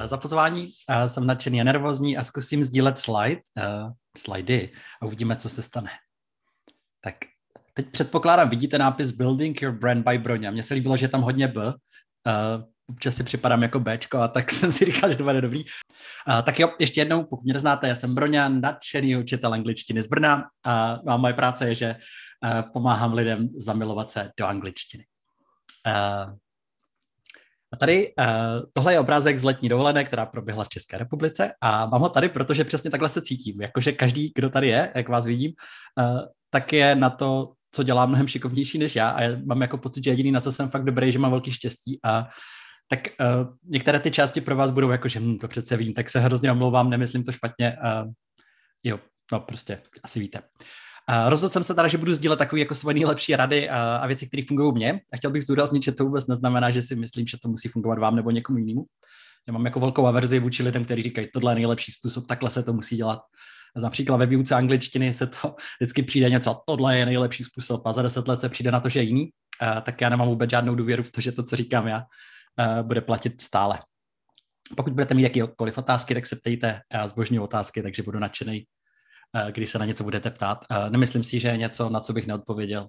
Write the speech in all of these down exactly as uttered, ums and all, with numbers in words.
za pozvání. Jsem nadšený a nervózní a zkusím sdílet slide, uh, slidy a uvidíme, co se stane. Tak teď předpokládám, vidíte nápis Building Your Brand by Broňa. Mně se líbilo, že je tam hodně B. Uh, občas si připadám jako Bčko a tak jsem si říkal, že to bude dobrý. Uh, tak jo, ještě jednou, pokud mě neznáte, já jsem Broňa, nadšený učitel angličtiny z Brna a, a moje práce je, že uh, pomáhám lidem zamilovat se do angličtiny. Uh, A tady uh, tohle je obrázek z letní dovolené, která proběhla v České republice a mám ho tady, protože přesně takhle se cítím. Jakože každý, kdo tady je, jak vás vidím, uh, tak je na to, co dělá mnohem šikovnější než já a já mám jako pocit, že jediný, na co jsem fakt dobrý, že mám velký štěstí a tak uh, některé ty části pro vás budou jako, že hm, to přece vím, tak se hrozně omlouvám, nemyslím to špatně. Uh, jo, no prostě, asi víte. Uh, rozhodl jsem se teda, že budu sdílet takové jako svoje nejlepší rady uh, a věci, které fungují mně. A chtěl bych zdůraznit, že to vůbec neznamená, že si myslím, že to musí fungovat vám nebo někomu jinému. Já mám jako velkou averzi vůči lidem, kteří říkají, tohle je nejlepší způsob, takhle se to musí dělat. Například ve výuce angličtiny se to vždycky přijde něco, tohle je nejlepší způsob a za deset let se přijde na to, že je jiný. Uh, tak já nemám vůbec žádnou důvěru v to, že to, co říkám já, uh, bude platit stále. Pokud budete mít jakékoliv otázky, tak se ptejte, já zbožňuji otázky, takže budu nadšenej, když se na něco budete ptát. Nemyslím si, že je něco, na co bych neodpověděl.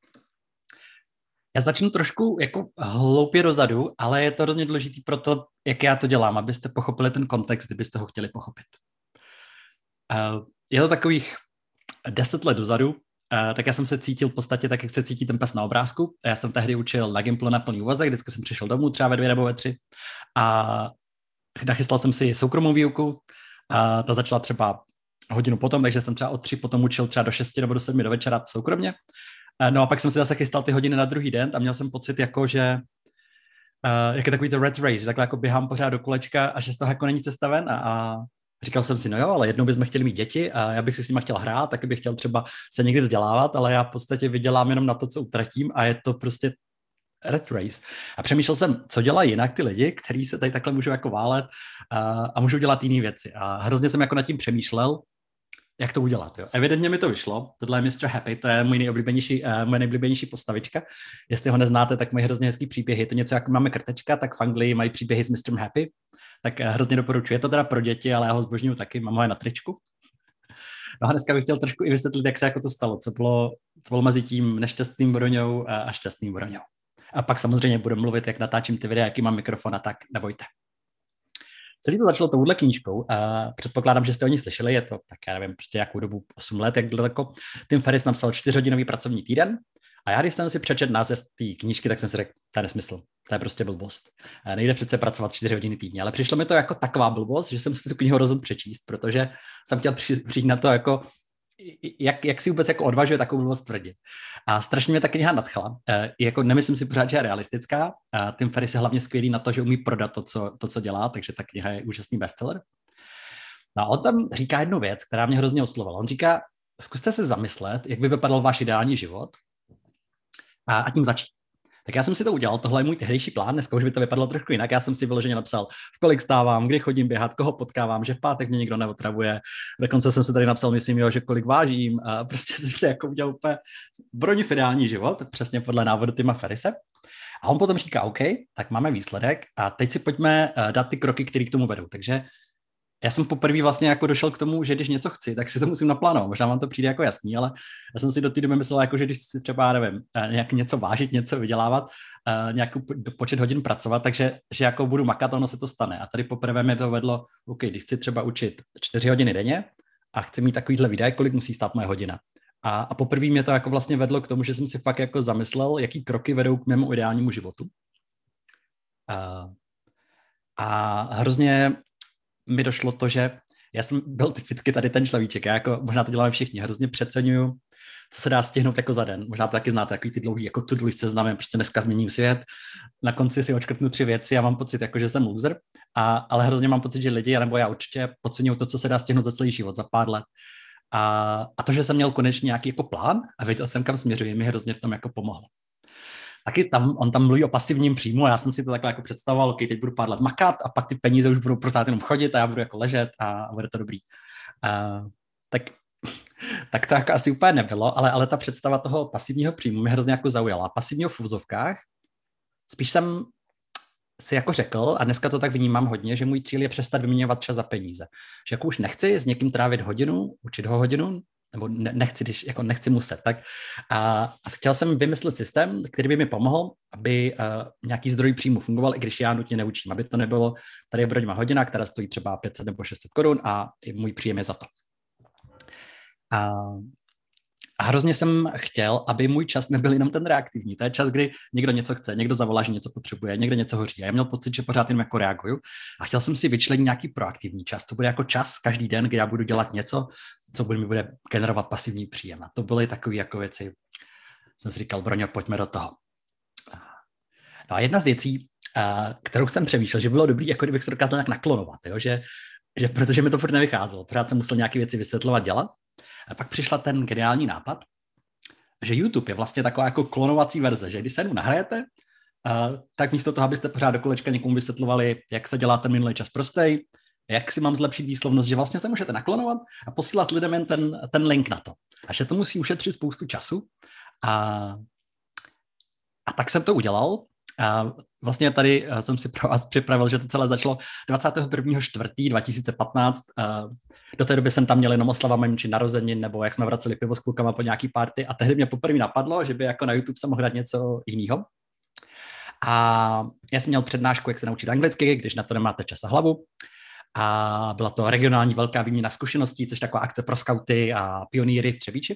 Já začnu trošku jako hloupě dozadu, ale je to hrozně důležitý pro to, jak já to dělám, abyste pochopili ten kontext, kdybyste ho chtěli pochopit. Je to takových deset let dozadu, tak já jsem se cítil v podstatě tak, jak se cítí ten pes na obrázku. Já jsem tehdy učil na Gimplu na plný úvazek, vždycky jsem přišel domů třeba ve dvě nebo ve tři a nachystal jsem si soukromou výuku a ta začala třeba hodinu potom, takže jsem třeba od tři potom učil třeba do šesti nebo do sedmi do večera soukromně. No a pak jsem si zase chystal ty hodiny na druhý den a měl jsem pocit jako, že uh, jak je takový to red race, že takhle jako běhám pořád do kolečka a že z toho jako není cesta ven a, a říkal jsem si, no jo, ale jednou bychom chtěli mít děti a já bych si s nima chtěl hrát, taky bych chtěl třeba se někdy vzdělávat, ale já v podstatě vydělám jenom na to, co utratím a je to prostě red race. A přemýšlel jsem, co dělají jinak ty lidi, kteří se tady takhle můžou jako válet a, a můžou dělat jiné věci. A hrozně jsem jako nad tím přemýšlel, jak to udělat. Jo. Evidentně mi to vyšlo. Tohle je mister Happy, to je můj nejoblíbenější, uh, moje nejoblíbenější postavička. Jestli ho neznáte, tak mají hrozně hezký příběhy. Je to něco, jako máme krtečka, tak v Anglii mají příběhy s mistrem Happy. Tak uh, hrozně doporučuji. Je to teda pro děti, ale já ho zbožňuju taky. Mám ho je na tričku. No a dneska bych chtěl trošku i vysvětlit, jak se jako to stalo, co bylo, co bylo mezi tím nešťastným Broňou a šťastným Broňou. A pak samozřejmě budu mluvit, jak natáčím ty videa, jaký mám mikrofon a tak, nebojte. Celý to začalo touhle knížkou a předpokládám, že jste o ní slyšeli, je to, tak já nevím, prostě jakou dobu, osm let, jak daleko. Tim Ferriss napsal čtyřhodinový pracovní týden a já, když jsem si přečetl název té knížky, tak jsem si řekl, to je nesmysl, to je prostě blbost. Nejde přece pracovat čtyři hodiny týdně, ale přišlo mi to jako taková blbost, že jsem si tu knihu rozhodl přečíst, protože jsem chtěl přijít na to jako, jak, jak si vůbec jako odvažuje takovou blbost tvrdit. A strašně mě ta kniha nadchla. E, jako nemyslím si pořád, že je realistická. A Tim Ferriss je hlavně skvělý na to, že umí prodat to co, to, co dělá, takže ta kniha je úžasný bestseller. No a on tam říká jednu věc, která mě hrozně oslovila. On říká, zkuste se zamyslet, jak by vypadal váš ideální život a, a tím začít. Tak já jsem si to udělal, tohle je můj tehdejší plán, dneska už by to vypadalo trošku jinak, já jsem si vyloženě napsal, v kolik stávám, kdy chodím běhat, koho potkávám, že v pátek mě nikdo neotravuje, dokonce jsem se tady napsal, myslím, jo, že kolik vážím a prostě jsem si jako udělal úplně Broňův ideální život, přesně podle návodu Tima Ferrise. A on potom říká, OK, tak máme výsledek a teď si pojďme dát ty kroky, které k tomu vedou. Takže já jsem poprvé vlastně jako došel k tomu, že když něco chci, tak si to musím naplánovat. Možná vám to přijde jako jasný, ale já jsem si do té doby myslel, jako, že když chci třeba, nevím, nějak něco vážit, něco vydělávat, nějakou počet hodin pracovat, takže že jako budu makat, ono se to stane. A tady poprvé mi to vedlo, OK, když chci třeba učit čtyři hodiny denně a chci mít takovýhle výdaj, kolik musí stát moje hodina. A, a poprvé mě to jako vlastně vedlo k tomu, že jsem si fakt jako zamyslel, jaký kroky vedou k mému ideálnímu životu. A, a hrozně mi došlo to, že já jsem byl typicky tady ten človíček, já jako, možná to děláme všichni, hrozně přeceňuju, co se dá stihnout jako za den. Možná to taky znáte, takový ty dlouhý jako to-do list seznamy, prostě dneska změním svět, na konci si očkrtnu tři věci a mám pocit, jako, že jsem loser, a, ale hrozně mám pocit, že lidi, nebo já určitě podceňuju to, co se dá stihnout za celý život, za pár let. A, a to, že jsem měl konečně nějaký jako plán a věděl jsem, kam směřuji, mi hrozně v tom jako pomohlo. Taky tam, on tam mluví o pasivním příjmu a já jsem si to takhle jako představoval, ok, teď budu pár let makat a pak ty peníze už budou pořád jenom chodit a já budu jako ležet a, a bude to dobrý. Uh, tak, tak to jako asi úplně nebylo, ale, ale ta představa toho pasivního příjmu mě hrozně jako zaujala. Pasivního v úzovkách, spíš jsem si jako řekl, a dneska to tak vnímám hodně, že můj cíl je přestat vyměňovat čas za peníze. Že jako už nechci s někým trávit hodinu, učit ho hodinu, nebo ne, nechci, když, jako nechci muset, tak. A, a chtěl jsem vymyslet systém, který by mi pomohl, aby uh, nějaký zdroj příjmu fungoval, i když já nutně neučím, aby to nebylo, tady je Broďma hodina, která stojí třeba pět set nebo šest set korun a můj příjem je za to. A A hrozně jsem chtěl, aby můj čas nebyl jenom ten reaktivní. To je čas, kdy někdo něco chce, někdo zavolá, že něco potřebuje, někdo něco hoří. A já měl pocit, že pořád jenom jako reaguju. A chtěl jsem si vyčlenit nějaký proaktivní čas. To bude jako čas každý den, kdy já budu dělat něco, co bude, mi bude generovat pasivní příjem. A to byly takové jako věci, jsem si říkal, Broňo, pojďme do toho. No a jedna z věcí, kterou jsem přemýšlel, že bylo dobrý, jako kdybych se dokázal nějak naklonovat, jo? Že, že protože mi to furt nevycházelo. Pořád jsem musel nějaké věci vysvětlovat, dělat. A pak přišla ten geniální nápad, že YouTube je vlastně taková jako klonovací verze, že když se jenom nahrajete, uh, tak místo toho, abyste pořád do kolečka někomu vysvětlovali, jak se dělá ten minulý čas prostej, jak si mám zlepšit výslovnost, že vlastně se můžete naklonovat a posílat lidem jen ten, ten link na to. A že to musí ušetřit spoustu času. A, a tak jsem to udělal. A vlastně tady jsem si pro vás připravil, že to celé začalo dvacátého prvního čtvrtého dva tisíce patnáct. Do té doby jsem tam měl jenom oslava mým či narozenin, nebo jak jsme vraceli pivo s klukama po nějaký party. A tehdy mě poprvé napadlo, že by jako na YouTube se mohl dát něco jiného. A já jsem měl přednášku, jak se naučit anglicky, když na to nemáte čas a hlavu. A byla to regionální velká výměna zkušeností, což taková akce pro skauty a pionýry v Třebíči.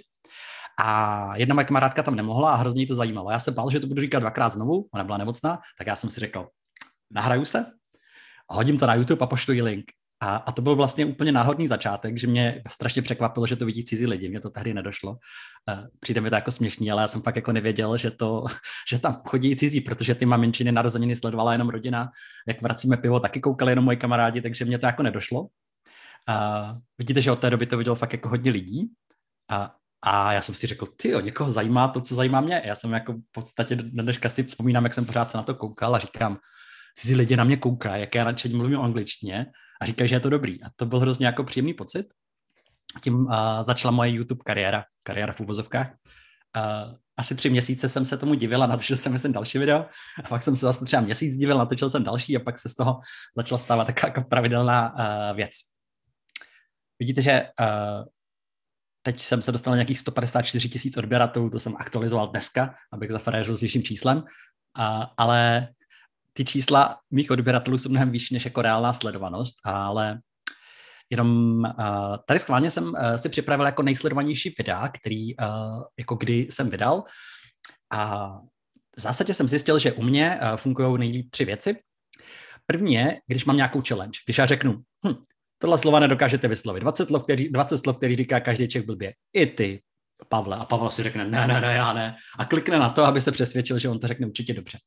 A jedna moje kamarádka tam nemohla a hrozně jí to zajímalo. Já se bál, že to budu říkat dvakrát znovu, ona byla nemocná, tak já jsem si řekl, nahraju se, hodím to na YouTube a pošlu jí link. A, a to byl vlastně úplně náhodný začátek, že mě strašně překvapilo, že to vidí cizí lidi, mně to tehdy nedošlo. Přijde mi to jako směšný, ale já jsem fakt jako nevěděl, že, to, že tam chodí cizí, protože ty maminčiny narozeniny sledovala jenom rodina, jak vracíme pivo, taky koukali jenom moji kamarádi, takže mě to jako nedošlo. A vidíte, že od té doby to vidělo fakt jako hodně lidí. A A já jsem si řekl, tyjo, někoho zajímá to, co zajímá mě. Já jsem jako v podstatě dneška si vzpomínám, jak jsem pořád se na to koukal a říkám, cizí lidi na mě koukají, jak já radši mluvím o angličtině a říkají, že je to dobrý. A to byl hrozně jako příjemný pocit. Tím uh, začala moje YouTube kariéra, kariéra v uvozovkách. Uh, asi tři měsíce jsem se tomu divil a natočil jsem myslím další video. A pak jsem se zase třeba měsíc divil, natočil jsem další a pak se z toho začala stávat taková jako pravidelná uh, věc. Vidíte, že uh, teď jsem se dostal na nějakých sto padesát čtyři tisíc odběratelů, to jsem aktualizoval dneska, abych zafrajeřil s vyšším číslem, a, ale ty čísla mých odběratelů jsou mnohem vyšší než jako reálná sledovanost, ale jenom uh, tady schválně jsem uh, si připravil jako nejsledovanější videa, který uh, jako kdy jsem vydal, a v zásadě jsem zjistil, že u mě uh, fungují nejlíp tři věci. První je, když mám nějakou challenge, když já řeknu, hm, tohle slova nedokážete vyslovit. dvacet slov, který, dvacet slov, který říká každý Čech blbě. I ty, Pavle. A Pavel si řekne, ne, ne, ne, já ne. A klikne na to, aby se přesvědčil, že on to řekne určitě dobře.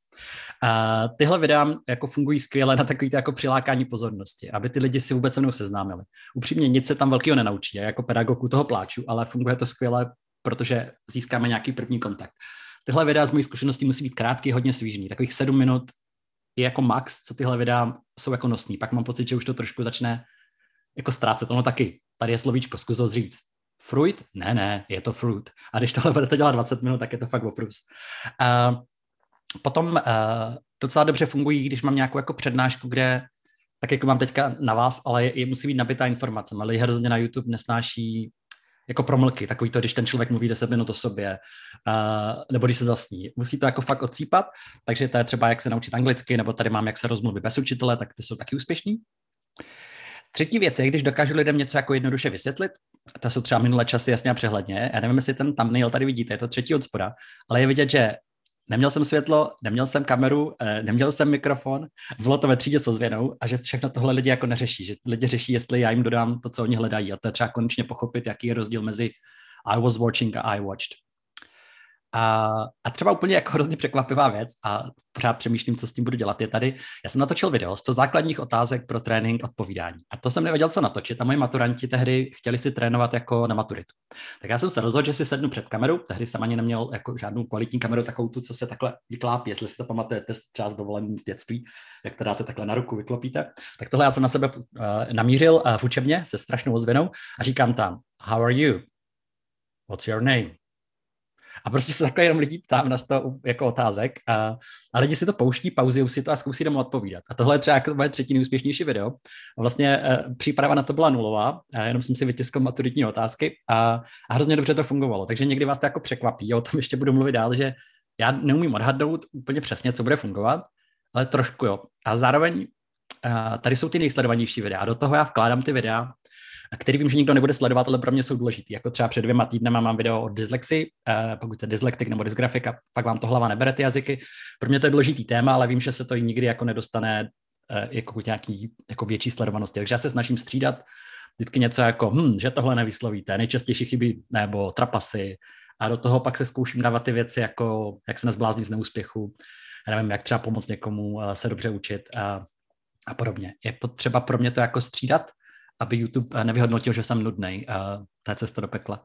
A tyhle videa jako fungují skvěle na takový jako přilákání pozornosti, aby ty lidi si vůbec se mnou seznámili. Upřímně nic se tam velkého nenaučí. Já jako pedagog u toho pláču, ale funguje to skvěle, protože získáme nějaký první kontakt. Tyhle videa z mojí zkušeností musí být krátký, hodně svížný. Takových sedm minut je jako max, co tyhle videa jsou jako nosný. Pak mám pocit, že už to trošku začne jako ztrácet. Ono taky. Tady je slovíčko, zkus ho říct. Fruit? Ne, ne, je to fruit. A když tohle budete dělat dvacet minut, tak je to fakt oprus. Uh, potom uh, docela dobře fungují, když mám nějakou jako přednášku, kde, tak jako mám teďka na vás, ale je, je musí být nabitá informace. Ale hrozně na YouTube nesnáší jako promlky, takový to, když ten člověk mluví deset minut o sobě, uh, nebo když se zasní. Musí to jako fakt odsýpat, takže to je třeba, jak se naučit anglicky, nebo tady mám, jak se rozmluvit bez učitele, tak ty jsou taky úspěšný. Třetí věc je, když dokážu lidem něco jako jednoduše vysvětlit, to jsou třeba minulé časy jasně a přehledně, já nevím, jestli ten thumbnail tady vidíte, je to třetí od spoda, ale je vidět, že neměl jsem světlo, neměl jsem kameru, neměl jsem mikrofon, bylo to ve třídě s ozvěnou a že všechno tohle lidi jako neřeší, že lidi řeší, jestli já jim dodám to, co oni hledají, a to je třeba konečně pochopit, jaký je rozdíl mezi I was watching a I watched. A, a třeba úplně jako hrozně překvapivá věc a pořád přemýšlím, co s tím budu dělat, je tady, já jsem natočil video z toho základních otázek pro trénink odpovídání. A to jsem nevěděl, co natočit a moji maturanti tehdy chtěli si trénovat jako na maturitu. Tak já jsem se rozhodl, že si sednu před kamerou, tehdy jsem ani neměl jako žádnou kvalitní kameru, takovou tu, co se takhle vyklápí, jestli si to pamatujete třeba z dovolení z dětství, jak to dáte takhle na ruku, vyklopíte. Tak tohle já jsem na sebe uh, namířil uh, v učebně se strašnou ozvěnou a říkám tam, how are you? What's your name? A prostě se takhle jenom lidí ptám na sto jako otázek a, a lidi si to pouští, pauzují si to a zkusí tomu odpovídat. A tohle je třeba jako moje třetí nejúspěšnější video. A vlastně e, příprava na to byla nulová, a jenom jsem si vytiskl maturitní otázky a, a hrozně dobře to fungovalo. Takže někdy vás to jako překvapí, o tom ještě budu mluvit dál, že já neumím odhadnout úplně přesně, co bude fungovat, ale trošku jo. A zároveň a tady jsou ty nejsledovanější videa a do toho já vkládám ty videa, který vím, že nikdo nebude sledovat, ale pro mě jsou důležitý. Jako třeba před dvěma týdnama mám video o dyslexii, eh, pokud jste dyslektik nebo dysgrafika, fakt vám to hlava nebere ty jazyky. Pro mě to je důležitý téma, ale vím, že se to nikdy jako nedostane eh, jako nějaký jako větší sledovanosti. Takže já se snažím střídat vždycky něco jako, hm, že tohle nevyslovíte, nejčastější chyby nebo trapasy. A do toho pak se zkouším dávat ty věci jako, jak se nezbláznit z neúspěchu, já nevím, jak třeba pomoct někomu se dobře učit a, a podobně. Je potřeba pro mě to jako střídat, aby YouTube nevyhodnotil, že jsem nudnej. Uh, to je cesta do pekla.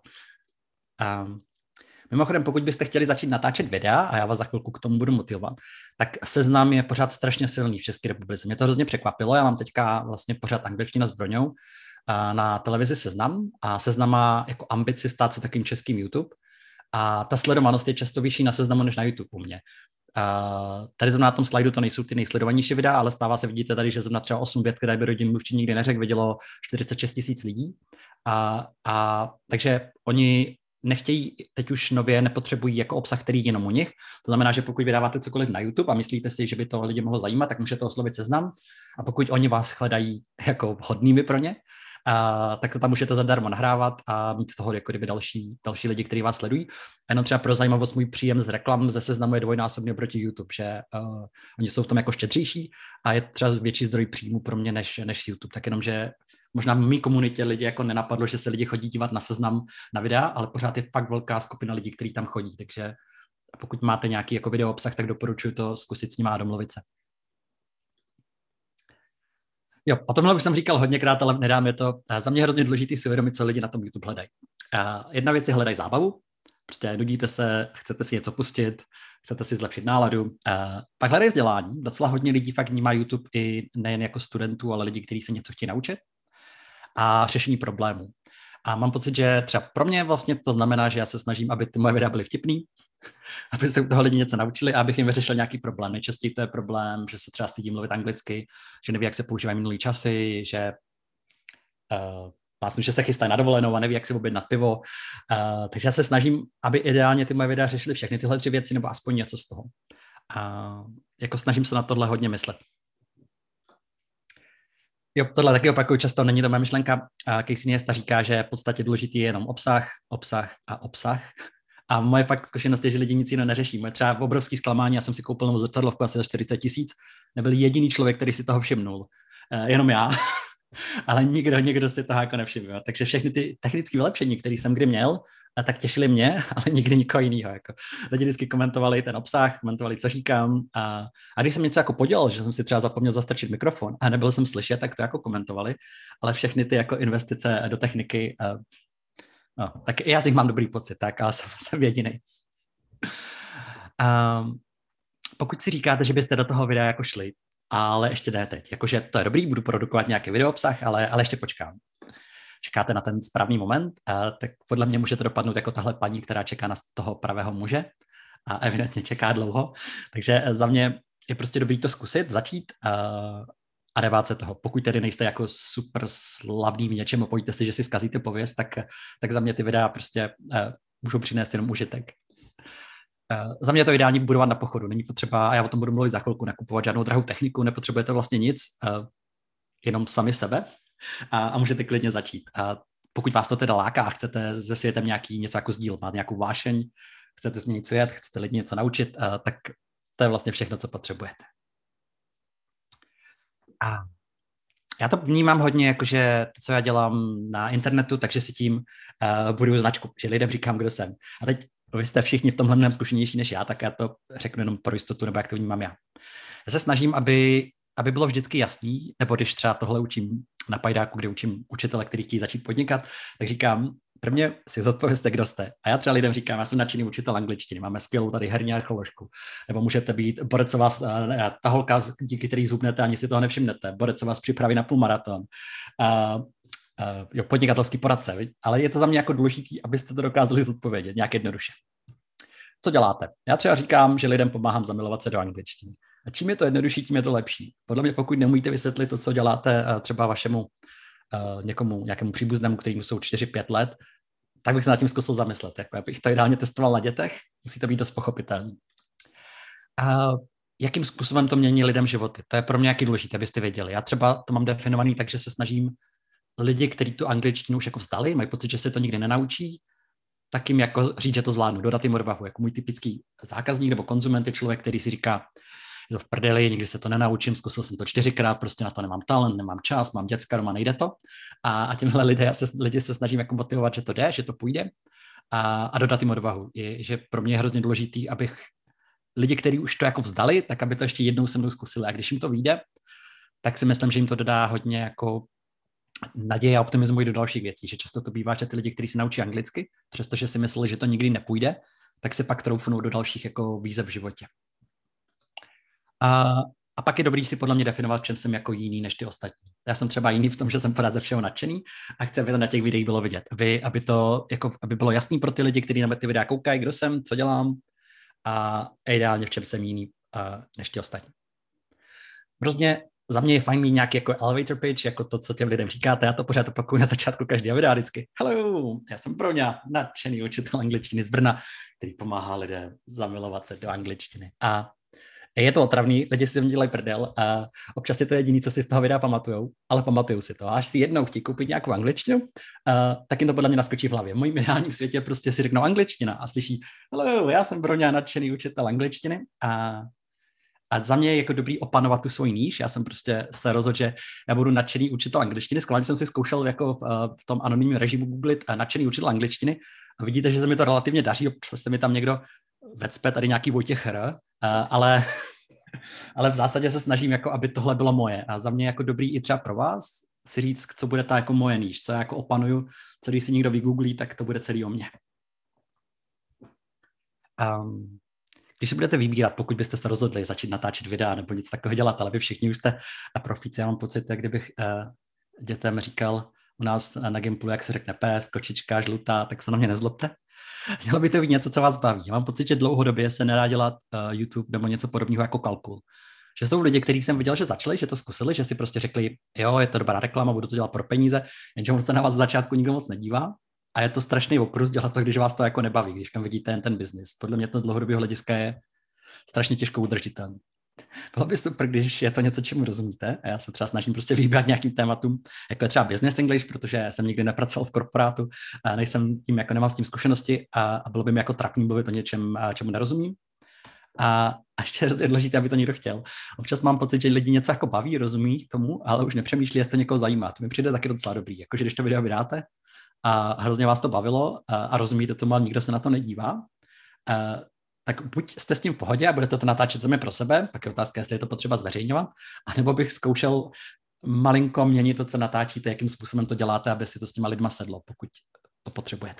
Um, mimochodem, pokud byste chtěli začít natáčet videa, a já vás za chvilku k tomu budu motivovat, tak Seznam je pořád strašně silný v České republice. Mě to hrozně překvapilo, já mám teďka vlastně pořád angličtina s Broňou uh, na televizi Seznam a Seznam má jako ambici stát se takým českým YouTube a ta sledovanost je často vyšší na Seznamu než na YouTube u mě. Uh, tady zrovna na tom slajdu to nejsou ty nejsledovanější videa, ale stává se, vidíte tady, že zrovna třeba osm vět, které by rodin mluvčí nikdy neřekl, vidělo čtyřicet šest tisíc lidí. A, a takže oni nechtějí, teď už nově nepotřebují jako obsah, který jenom u nich. To znamená, že pokud vydáváte cokoliv na YouTube a myslíte si, že by to lidi mohlo zajímat, tak můžete oslovit Seznam. A pokud oni vás hledají jako vhodnými pro ně, Uh, tak to tam můžete zadarmo nahrávat a mít z toho jako kdyby další, další lidi, kteří vás sledují. A jenom třeba pro zajímavost, můj příjem z reklam ze Seznamu je dvojnásobně oproti YouTube, že uh, oni jsou v tom jako štědřejší a je třeba větší zdroj příjmu pro mě než, než YouTube. Tak jenom, že možná v mý komunitě lidi jako nenapadlo, že se lidi chodí dívat na Seznam na videa, ale pořád je fakt velká skupina lidí, kteří tam chodí. Takže pokud máte nějaký jako video obsah, tak doporučuji to zkusit s nimi a domluvit se. Jo, o tomhle už jsem říkal hodněkrát, ale nedám je to. Za mě hrozně důležitý si uvědomit, co lidi na tom YouTube hledají. Jedna věc je hledají zábavu, prostě nudíte se, chcete si něco pustit, chcete si zlepšit náladu. Pak hledají vzdělání. Docela hodně lidí fakt vnímá YouTube i nejen jako studentů, ale lidi, kteří se něco chtějí naučit. A řešení problémů. A mám pocit, že třeba pro mě vlastně to znamená, že já se snažím, aby ty moje videa byly vtipný, aby se u toho lidi něco naučili a abych jim vyřešil nějaký problém. Nejčastěji to je problém, že se třeba stydí mluvit anglicky, že neví, jak se používají minulý časy, že uh, vlastně, že se chystají na dovolenou a neví, jak si objednat pivo. Uh, takže já se snažím, aby ideálně ty moje videa řešily všechny tyhle tři věci nebo aspoň něco z toho. A uh, jako snažím se na tohle hodně myslet. Jo, tohle taky opakuju často, není to moje myšlenka. Casey Neistat říká, že v podstatě důležitý je jenom obsah, obsah a obsah. A moje fakt zkušenost je, že lidi nic jiného neřeší. Moje třeba obrovský zklamání, já jsem si koupil novou zrcadlovku asi za čtyřicet tisíc, nebyl jediný člověk, který si toho všimnul. E, jenom já, ale nikdo, nikdo si toho jako nevšiml. Takže všechny ty technické vylepšení, které jsem kdy měl, tak těšili mě, ale nikdy nikoho jiného. Jako. Lidi vždycky komentovali ten obsah, komentovali, co říkám. A, a když jsem něco jako podělal, že jsem si třeba zapomněl zastrčit mikrofon a nebyl jsem slyšet, tak to jako komentovali. Ale všechny ty jako investice do techniky, uh, no, tak já z nich mám dobrý pocit, tak ale jsem, jsem jedinej. Um, pokud si říkáte, že byste do toho videa jako šli, ale ještě ne teď, jakože to je dobrý, budu produkovat nějaký video obsah, ale, ale ještě počkám. Čekáte na ten správný moment, a tak podle mě můžete dopadnout jako tahle paní, která čeká na toho pravého muže a evidentně čeká dlouho. Takže za mě je prostě dobrý to zkusit, začít a, a nebát se toho. Pokud tedy nejste jako super slavný v něčem a bojíte si, že si zkazíte pověst, tak, tak za mě ty videa prostě uh, můžou přinést jenom užitek. Uh, za mě je to ideální budovat na pochodu. Není potřeba, a já o tom budu mluvit za chvilku, nakupovat žádnou drahou techniku, nepotřebujete vlastně nic, uh, jenom sami sebe. A, a můžete klidně začít. A pokud vás to teda láká a chcete se světem nějaký něco jako sdíl, máte nějakou vášeň, chcete změnit svět, chcete lidi něco naučit, a, tak to je vlastně všechno, co potřebujete. A já to vnímám hodně, jakože to, co já dělám na internetu, takže si tím uh, budu značku, že lidem říkám, kdo jsem. A teď vy jste všichni v tomhle mnohem zkušenější než já, tak já to řeknu jenom pro jistotu, nebo jak to vnímám já. Já se snažím, aby aby bylo vždycky jasný, nebo když třeba tohle učím na Pajdáku, kde učím učitele, který chtějí začít podnikat, tak říkám, prvně si zodpovězte, kdo jste. A já třeba lidem říkám, já jsem nadšený učitel angličtiny, máme skvělou tady herní archeoložku, nebo můžete být borec, co vás, ta holka, díky který zhubnete, ani si toho nevšimnete, borec, co vás připraví na půlmaraton, uh, uh, jo, podnikatelský poradce, ale je to za mě jako důležitý, abyste to dokázali zodpovědět nějak jednoduše. Co děláte? Já třeba říkám, že lidem pomáhám zamilovat se do angličtiny. A čím je to jednodušší, tím je to lepší. Podle mě, pokud neumíte vysvětlit to, co děláte třeba vašemu uh, někomu, nějakému příbuznému, kterýmu jsou čtyři pět let, tak bych se nad tím zkusil zamyslet. Jako, abych to ideálně testoval na dětech, musí to být dost pochopitelné. A jakým způsobem to mění lidem životy? To je pro mě nějaký důležité, abyste věděli. Já třeba to mám definovaný tak, že se snažím lidi, kteří tu angličtinu už jako vzdali, mají pocit, že se to nikdy nenaučí, tak jim jako říct, že to zvládnu, dodat jim odvahu. Jako můj typický zákazník nebo konzument je člověk, který si říká, je to v prdeli, nikdy se to nenaučím, zkusil jsem to čtyřikrát, prostě na to nemám talent, nemám čas, mám děcka doma, nejde to. A, a těmhle lidé, já se, lidi se snažím jako motivovat, že to jde, že to půjde a, a dodat jim odvahu. Je, že pro mě je hrozně důležitý, abych lidi, kteří už to jako vzdali, tak aby to ještě jednou se mnou zkusili. A když jim to vyjde, tak si myslím, že jim to dodá hodně jako naděje a optimismu i do dalších věcí, že často to bývá, že ty lidi, kteří se naučí anglicky, přestože si mysleli, že to nikdy nepůjde, tak se pak troufnou do dalších jako výzev v životě. A, a pak je dobrý si podle mě definovat, v čem jsem jako jiný než ty ostatní. Já jsem třeba jiný v tom, že jsem pořád ze všeho nadšený a chci, aby to na těch videích bylo vidět. Aby, aby to jako, aby bylo jasný pro ty lidi, kteří na ty videa koukají, kdo jsem, co dělám a ideálně v čem jsem jiný uh, než ty ostatní. Hrozně za mě je fajn mít nějaký jako elevator pitch, jako to, co těm lidem říkáte. Já to pořád opakuju na začátku každého videa vždycky. Hello, já jsem Broňa, nadšený učitel angličtiny z Brna, který pomáhá lidem zamilovat se do angličtiny. A je to otravný, lidi si mě dělají prdel a občas je to jediný, co si z toho videa pamatujou, ale pamatujou si to. A až si jednou chtějí koupit nějakou angličtinu, uh, tak jim to podle mě naskočí v hlavě. V mojím ideálním světě prostě si řeknou angličtina a slyší, hello, já jsem Broňa, nadšený učitel angličtiny a A za mě je jako dobrý opanovat tu svoji níž. Já jsem prostě se rozhodl, že já budu nadšený učitel angličtiny. Skvěle jsem si zkoušel jako v tom anonymním režimu googlit nadšený učitel angličtiny a vidíte, že se mi to relativně daří. Občas se mi tam někdo vecpe, tady nějaký Vojtěch R, ale, ale v zásadě se snažím, jako, aby tohle bylo moje. A za mě jako dobrý i třeba pro vás si říct, co bude ta jako moje níž, co já jako opanuju, co když si někdo vygooglí, tak to bude celý o mně. Um, Když si budete vybírat, pokud byste se rozhodli začít natáčet videa nebo nic takového dělat, ale vy všichni už jste profíci, já mám pocit, jak kdybych uh, dětem říkal u nás na Gimplu, jak se řekne pes, kočička, žlutá, tak se na mě nezlobte. Mělo by to být něco, co vás baví. Já mám pocit, že dlouhodobě se nedá dělat uh, YouTube nebo něco podobného jako kalkul. Že jsou lidi, kteří jsem viděl, že začali, že to zkusili, že si prostě řekli, jo, je to dobrá reklama, budu to dělat pro peníze, jenže on se na vás z začátku nikdo moc nedívá. A je to strašný oprus dělat to, když vás to jako nebaví, když tam vidíte ten, ten biznis. Podle mě to dlouhodobého hlediska je strašně těžko udržitelný. Bylo by super, když je to něco, čemu rozumíte. A já se třeba snažím prostě vybírat nějakým tématům, jako je třeba business English, protože jsem nikdy nepracoval v korporátu, a nejsem tím, jako nemám s tím zkušenosti a, a bylo by mi jako trapný mluvit o něčem, čemu nerozumím. A, a ještě je důležité, aby to někdo chtěl. Občas mám pocit, že lidi něco jako baví, rozumí tomu, ale už nepřemýšlí, jestli to někoho zajímá. To mi přijde taky docela dobrý. Jakože když to video vydáte, a hrozně vás to bavilo a, a rozumíte tomu, ale nikdo se na to nedívá, a, tak buď jste s tím v pohodě a budete to natáčet sami pro sebe, pak je otázka, jestli je to potřeba zveřejňovat, anebo bych zkoušel malinko měnit to, co natáčíte, jakým způsobem to děláte, aby si to s těma lidma sedlo, pokud to potřebujete.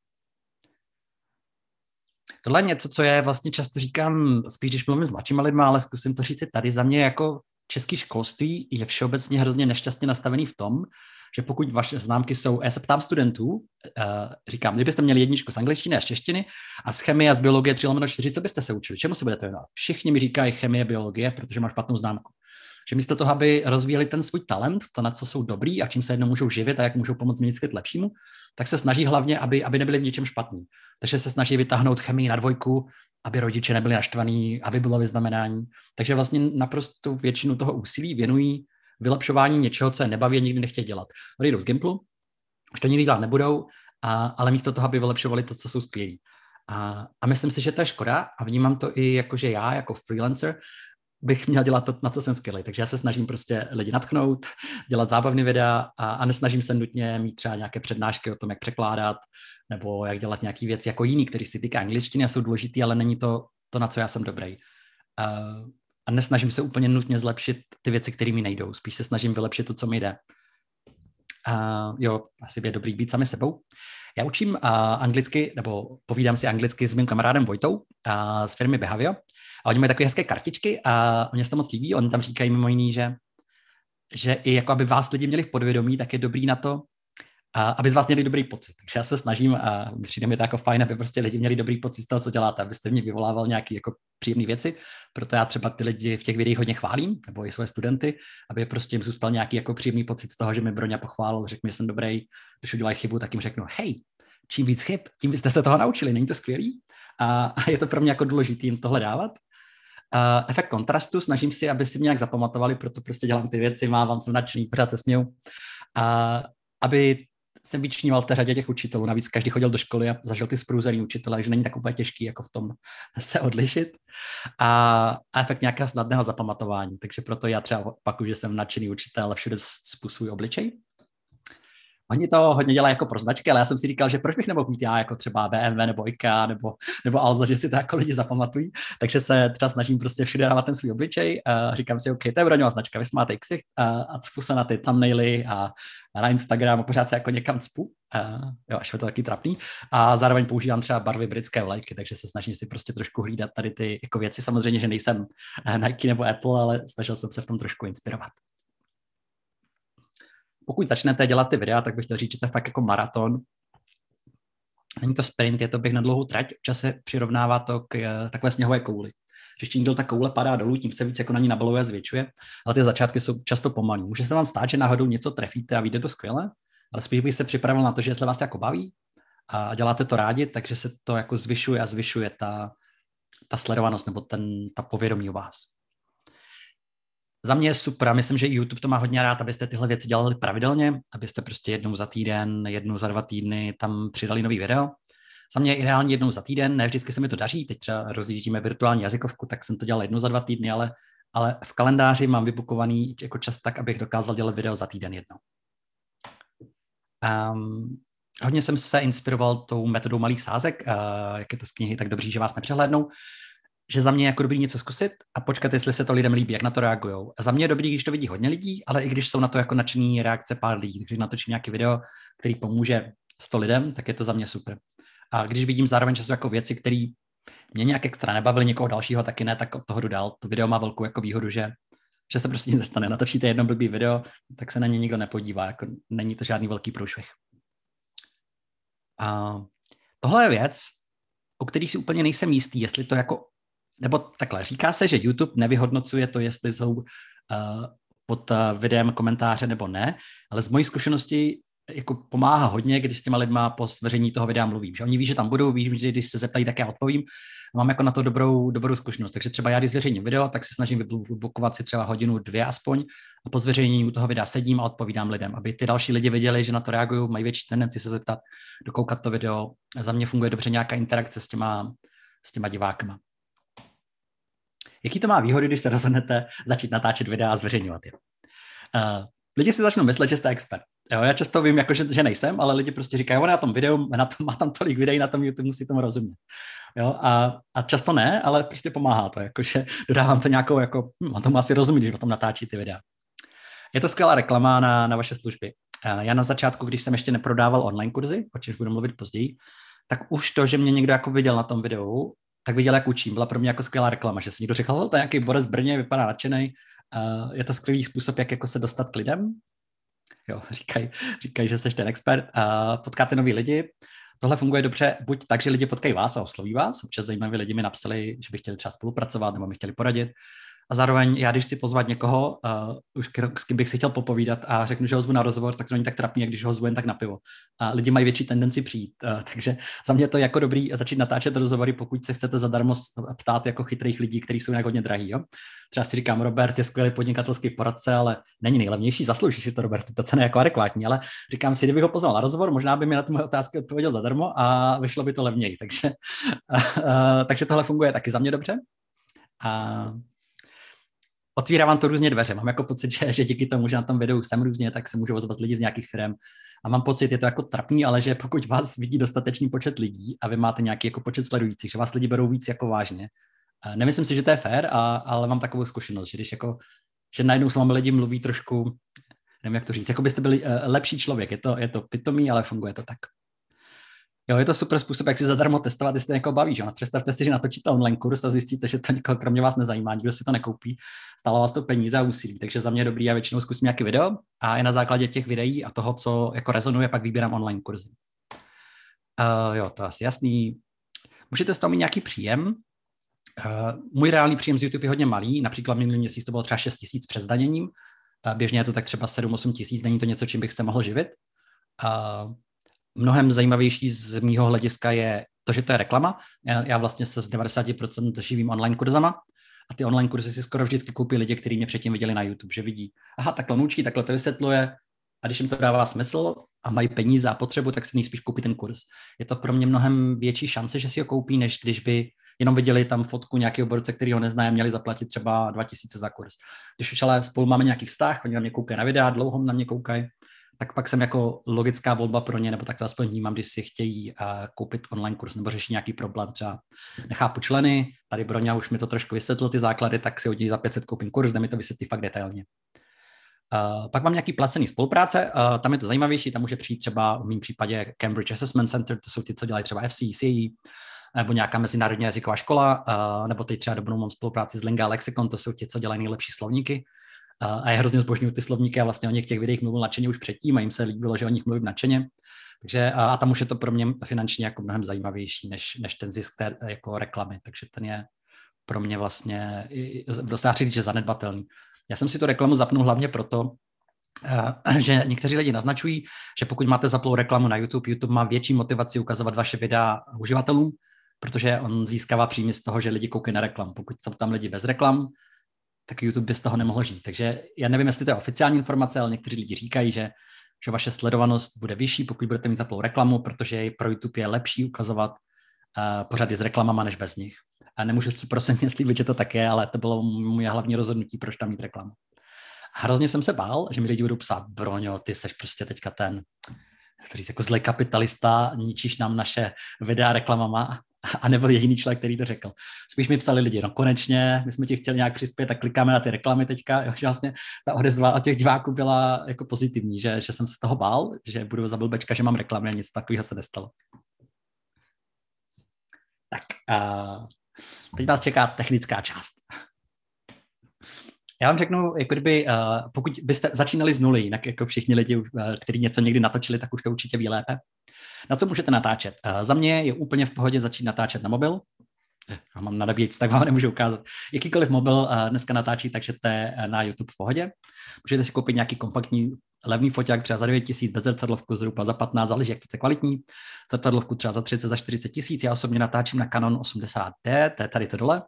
Tohle je něco, co je vlastně často říkám, spíš když mluvím s mladšíma lidma, ale zkusím to říct si tady. Za mě jako české školství je všeobecně hrozně nešťastně nastavený v tom, že pokud vaše známky jsou, já se ptám studentů, uh, říkám, kdybyste měli jedničku z angličtiny a z češtiny a z chemie a z biologie tři lomeno čtyři, co byste se učili? Čemu se budete věnovat? Všichni mi říkají chemie, biologie, protože máš špatnou známku. Že místo toho, aby rozvíjeli ten svůj talent, to, na co jsou dobrý a čím se jednou můžou živit a jak můžou pomoct změnit svět lepšímu, tak se snaží hlavně, aby, aby nebyli v něčem špatní. Takže se snaží vytáhnout chemii na dvojku, aby rodiče nebyli naštvaní, aby bylo vyznamenání. Takže vlastně naprosto většinu toho úsilí věnují vylepšování něčeho, co je nebaví a nikdy nechtějí dělat. Odejdou z Gimplu, už to nikdy dělat nebudou, a, ale místo toho, aby vylepšovali to, co jsou skvělí. A, a myslím si, že to je škoda a vnímám to i jako, že já jako freelancer bych měl dělat to, na co jsem skvělý. Takže já se snažím prostě lidi nadchnout, dělat zábavné videa a, a nesnažím se nutně mít třeba nějaké přednášky o tom, jak překládat nebo jak dělat nějaké věci jako jiný, který si týká angličtiny a jsou důležitý, ale není to to, na co já jsem dobrý. Uh, a nesnažím se úplně nutně zlepšit ty věci, které mi nejdou. Spíš se snažím vylepšit to, co mi jde. Uh, jo, asi je dobrý být sami sebou. Já učím uh, anglicky, nebo povídám si anglicky s mým kamarádem Vojtou uh, z firmy Behavio. A oni mají takové hezké kartičky a mě se to moc líbí. Oni tam říkají mimo jiný, že, že i jako aby vás lidi měli v podvědomí, tak je dobrý na to a aby z vás měli dobrý pocit. Takže já se snažím a přijde mi to jako fajn, aby prostě lidi měli dobrý pocit z toho, co děláte, abyste mě vyvolával nějaké jako příjemné věci. Proto já třeba ty lidi v těch videích hodně chválím, nebo i své studenty, aby prostě jim zůstal nějaký jako příjemný pocit z toho, že mi Broňa pochválil, řekl mi, že jsem dobrý, když udělají chybu, tak jim řeknu, hej, čím víc chyb, tím byste se toho naučili, není to skvělý? A, a je to pro mě jako důležité jim tohle dávat. Uh, efekt kontrastu, snažím si, aby si mě nějak zapamatovali, proto prostě dělám ty věci, mávám, jsem nadšený, pořád se směju. A aby jsem vyčníval té řadě těch učitelů, navíc každý chodil do školy a zažil ty zprůzerný učitele, že není tak úplně těžký jako v tom se odlišit. A, a efekt nějakého snadného zapamatování, takže proto já třeba opakuju, že jsem nadšený učitel, ale všude cpu svůj obličej. Oni to hodně dělají jako pro značky, ale já jsem si říkal, že proč bych nemohl mít já jako třeba B M W nebo IKEA nebo, nebo Alza, že si to jako lidi zapamatují. Takže se třeba snažím prostě všude dávat ten svůj obličej a říkám si, OK, to je Broňová značka, vy máte ksicht a, a cpu se na ty thumbnaily a, a na Instagram a pořád se jako někam cpu. A, jo, až je to taky trapný. A zároveň používám třeba barvy britské vlajky, takže se snažím si prostě trošku hlídat tady ty jako věci. Samozřejmě, že nejsem Nike nebo Apple, ale snažil jsem se v tom trošku inspirovat. Pokud začnete dělat ty videa, tak bych chtěl říct, že to je fakt jako maraton. Není to sprint, je to běh na dlouhou trať. Občas se přirovnává to k takové sněhové kouli. Že čím díl ta koule padá dolů, tím se víc jako na ní nabaluje a zvětšuje, ale ty začátky jsou často pomalý. Může se vám stát, že náhodou něco trefíte a vyjde to skvěle, ale spíš bych se připravil na to, že jestli vás to jako baví a děláte to rádi, takže se to jako zvyšuje a zvyšuje ta, ta sledovanost nebo ten, ta povědomí o vás. Za mě je super a myslím, že i YouTube to má hodně rád, abyste tyhle věci dělali pravidelně, abyste prostě jednou za týden, jednou za dva týdny tam přidali nový video. Za mě je ideálně jednou za týden, ne vždycky se mi to daří, teď třeba rozjíždíme virtuální jazykovku, tak jsem to dělal jednou za dva týdny, ale, ale v kalendáři mám vybukovaný jako čas tak, abych dokázal dělat video za týden jednou. Um, hodně jsem se inspiroval tou metodou malých sázek, uh, jak je to z knihy tak dobří, že vás nepřehlédnou, že za mě je jako dobrý něco zkusit a počkat, jestli se to lidem líbí, jak na to reagujou. A za mě je dobrý, když to vidí hodně lidí, ale i když jsou na to jako nadšený reakce pár lidí. Když natočím nějaký video, který pomůže sto lidem, tak je to za mě super. A když vidím zároveň, že jsou jako věci, které mě nějak extra nebavily, někoho dalšího taky ne, tak od toho jdu dál. To video má velkou jako výhodu, že, že se prostě nic nestane. Natočíte jedno blbý video, tak se na ně nikdo nepodívá. Jako není to žádný velký průšvih. A tohle je věc, o který si úplně nejsem jistý, jestli to jako nebo takhle, říká se, že YouTube nevyhodnocuje to, jestli jsou uh, pod uh, videem komentáře nebo ne, ale z mojí zkušenosti jako pomáhá hodně, když s těma lidma po zveřejnění toho videa mluvím. Že oni ví, že tam budou, ví, že když se zeptají, tak já odpovím. Mám jako na to dobrou, dobrou zkušenost. Takže třeba já, když zveřejním video, tak se snažím vybukovat si třeba hodinu, dvě aspoň a po zveřejnění u toho videa sedím a odpovídám lidem, aby ty další lidi viděli, že na to reagují, mají větší tendenci se zeptat, dokoukat to video. Za mě funguje dobře nějaká interakce s těma, s těma divákama. Jaký to má výhody, když se rozhodnete začít natáčet videa a zveřejňovat je? Uh, lidi si začnou myslet, že jste expert. Jo, já často vím, jako, že, že nejsem, ale lidi prostě říkají, on na tom videu, na tom, má tam tolik videí na tom YouTube, musí tomu rozumět. Jo, a, a často ne, ale prostě pomáhá to, jakože dodávám to nějakou, jako, hm, on tomu asi rozumí, když o tom natáčí ty videa. Je to skvělá reklama na, na vaše služby. Uh, já na začátku, když jsem ještě neprodával online kurzy, o čem budu mluvit později, tak už to, že mě někdo jako viděl na tom videu, tak viděl, jak učím. Byla pro mě jako skvělá reklama, že si někdo řekl, to je nějaký borec z Brně, vypadá nadšenej, uh, je to skvělý způsob, jak jako se dostat k lidem. Jo, říkají, říkaj, že jsi ten expert, uh, potkáte nový lidi. Tohle funguje dobře buď tak, že lidi potkají vás a osloví vás. Občas zajímaví lidi mi napsali, že by chtěli třeba spolupracovat nebo mi chtěli poradit. A zároveň já, když chci pozvat někoho, uh, už s kým bych si chtěl popovídat a řeknu, že ho zvu na rozhovor, tak to není tak trapný, jak když ho zvu jen tak na pivo. A lidi mají větší tendenci přijít. Uh, takže za mě to je jako dobrý začít natáčet rozhovory, pokud se chcete zadarmo ptát jako chytrých lidí, kteří jsou nějak hodně drahý. Jo? Třeba si říkám, Robert je skvělý podnikatelský poradce, ale není nejlevnější, zaslouží si to, Robert, ta cena je jako adekvátní, ale říkám si, kdybych ho pozval na rozhovor, možná by mi na ty moje otázky odpověděl zadarmo a vyšlo by to levněji. Takže, uh, uh, takže tohle funguje taky za mě dobře. Uh, Otvírá vám to různě dveře. Mám jako pocit, že, že díky tomu, že na tom videu jsem různě, tak se můžu ozvat lidi z nějakých firm. A mám pocit, je to jako trapný, ale že pokud vás vidí dostatečný počet lidí a vy máte nějaký jako počet sledujících, že vás lidi berou víc jako vážně. Nemyslím si, že to je fér, a, ale mám takovou zkušenost, že když jako, že najednou s vámi lidi mluví trošku, nevím, jak to říct, jako byste byli uh, lepší člověk. Je to, je to pitomý, ale funguje to tak. Jo, je to super způsob, jak si zadarmo testovat, jestli to někoho baví. Že? Představte si, že natočíte online kurz a zjistíte, že to někoho kromě vás nezajímá, nikdo si to nekoupí, stálo vás to peníze a úsilí. Takže za mě je dobrý, já většinou zkusím nějaký video a i na základě těch videí a toho, co jako rezonuje, pak vybírám online kurzy. Uh, jo, to je asi jasný. Můžete z toho mít nějaký příjem. Uh, můj reálný příjem z YouTube je hodně malý, například minulý měsíc to bylo třeba šest tisíc před zdaněním, uh, běžně je to tak třeba sedm osm tisíc, není to něco, čím bych se mohl živit. Uh, Mnohem zajímavější z mýho hlediska je to, že to je reklama. Já, já vlastně se z devadesát procent živím online kurzama a ty online kurzy si skoro vždycky koupí lidi, kteří mě předtím viděli na YouTube, že vidí, aha, takhle učí, takhle to vysvětluje a když jim to dává smysl a mají peníze a potřebu, tak si nejspíš koupí ten kurz. Je to pro mě mnohem větší šance, že si ho koupí, než když by jenom viděli tam fotku nějakého borce, který ho nezná, měli zaplatit třeba dva tisíce za kurz. Když už ale spolu máme nějaký vztah, oni na mě koukají na videa, dlouho na mě koukají, tak pak jsem jako logická volba pro ně, nebo tak to aspoň vnímám, když si chtějí uh, koupit online kurz nebo řešit nějaký problém. Třeba nechápu členy, tady Broňa už mi to trošku vysvětlil, ty základy, tak si od něj za pět set koupím kurz, kde mi to vysvětlí fakt detailně. Uh, pak mám nějaký placený spolupráce, uh, tam je to zajímavější, tam může přijít třeba v mém případě Cambridge Assessment Center, to jsou ty, co dělají třeba F C, C E, nebo nějaká mezinárodní jazyková škola, uh, nebo teď třeba dobrou mám spolupráci s Lingua Lexicon, to jsou ti, co dělají nejlepší slovníky. A já hrozně zbožňuju ty slovníky a vlastně o nich těch videích mluvil nadšeně už předtím a jim se líbilo, že o nich mluvím nadšeně. Takže a, a tam už je to pro mě finančně jako mnohem zajímavější než, než ten zisk té jako reklamy. Takže ten je pro mě vlastně, dá se říct, že zanedbatelný. Já jsem si tu reklamu zapnul hlavně proto, že někteří lidi naznačují, že pokud máte zaplou reklamu na YouTube, YouTube má větší motivaci ukazovat vaše videa uživatelům, protože on získává příjmy z toho, že lidi koukají na reklamu. Pokud jsou tam lidi bez reklam, tak YouTube by z toho nemohl žít. Takže já nevím, jestli to je oficiální informace, ale někteří lidi říkají, že, že vaše sledovanost bude vyšší, pokud budete mít zaplou reklamu, protože pro YouTube je lepší ukazovat uh, pořady s reklamama než bez nich. A nemůžu procentně slíbit, že to tak je, ale to bylo moje hlavní rozhodnutí, proč tam mít reklamu. Hrozně jsem se bál, že mi lidi budou psát, Broňo, ty seš prostě teďka ten, který jako zlej kapitalista, ničíš nám naše videa reklamama. A nebyl jediný člověk, který to řekl. Spíš mi psali lidi, no konečně, my jsme ti chtěli nějak přispět, tak klikáme na ty reklamy teďka, jo, že vlastně ta odezva od těch diváků byla jako pozitivní, že, že jsem se toho bál, že budu za blbečka, že mám reklamy a nic takového se nestalo. Tak, uh, teď vás čeká technická část. Já vám řeknu, jako kdyby, uh, pokud byste začínali z nuly, jinak jako všichni lidi, uh, kteří něco někdy natočili, tak už to určitě ví lépe. Na co můžete natáčet? Uh, za mě je úplně v pohodě začít natáčet na mobil. Já mám na nabíječ, tak vám nemůžu ukázat. Jakýkoliv mobil uh, dneska natáčí, takže to je na YouTube v pohodě. Můžete si koupit nějaký kompaktní levný foťák třeba za devět tisíc, bez zrcadlovku zhruba za patnáct, záleží, jak to je kvalitní. Zrcadlovku třeba za třicet, za čtyřicet tisíc. Já osobně natáčím na Canon osmdesát D, to je tady to dole.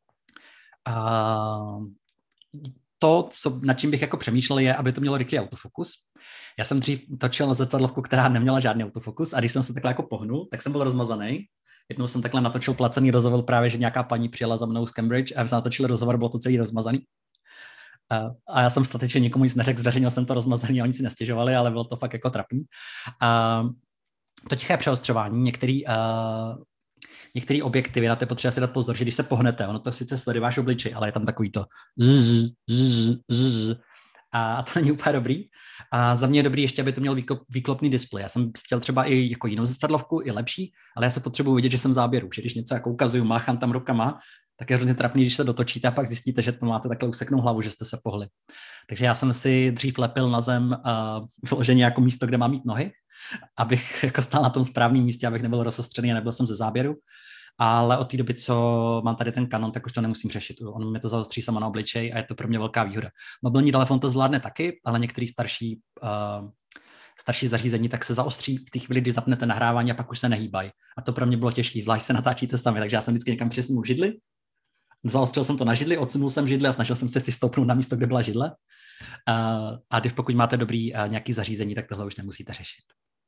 Uh, To, co, nad čím bych jako přemýšlel, je, aby to mělo rychlý autofokus. Já jsem dřív točil na zrcadlovku, která neměla žádný autofokus a když jsem se takhle jako pohnul, tak jsem byl rozmazaný. Jednou jsem takhle natočil placený rozhovor právě, že nějaká paní přijela za mnou z Cambridge a já jsem natočil rozhovor, bylo to celý rozmazaný. A, a já jsem statečně nikomu nic neřekl, zveřejnil jsem to rozmazaný a oni si nestěžovali, ale bylo to fakt jako trapný. A to tiché přeostřování, některý uh, Některé objektivy, na to je potřeba si dát pozor, že když se pohnete, ono to sice sleduje váš obličej, ale je tam takový to zzz, zzz, zzz, a to není úplně dobrý. A za mě je dobrý ještě, aby to měl výklopný displej. Já jsem chtěl třeba i jako jinou zrcadlovku, i lepší, ale já se potřebuji vidět, že jsem v záběru, že když něco jako ukazuju, máchám tam rukama, tak je hrozně trapný, když se dotočíte a pak zjistíte, že to máte takhle useknou hlavu, že jste se pohli. Takže já jsem si dřív lepil na zem uh, vyloženě jako místo, kde mám mít nohy, abych jako stál na tom správném místě, abych nebyl rozostřený a nebyl jsem ze záběru. Ale od té doby, co mám tady ten Canon, tak už to nemusím řešit. On mi to zaostří sama na obličej a je to pro mě velká výhoda. Mobilní telefon to zvládne taky, ale některý starší, uh, starší zařízení tak se zaostří v té chvíli, kdy zapnete nahrávání a pak už se nehýbají. A to pro mě bylo těžké, zvlášť se natáčíte sami, takže já jsem vždycky někam přesnul židli, zaostřil jsem to na židli, odsunul jsem židli a snažil jsem se si stoupnout na místo, kde byla židle. Uh, a když pokud máte dobrý uh, nějaký zařízení, tak tohle už nemusíte řešit.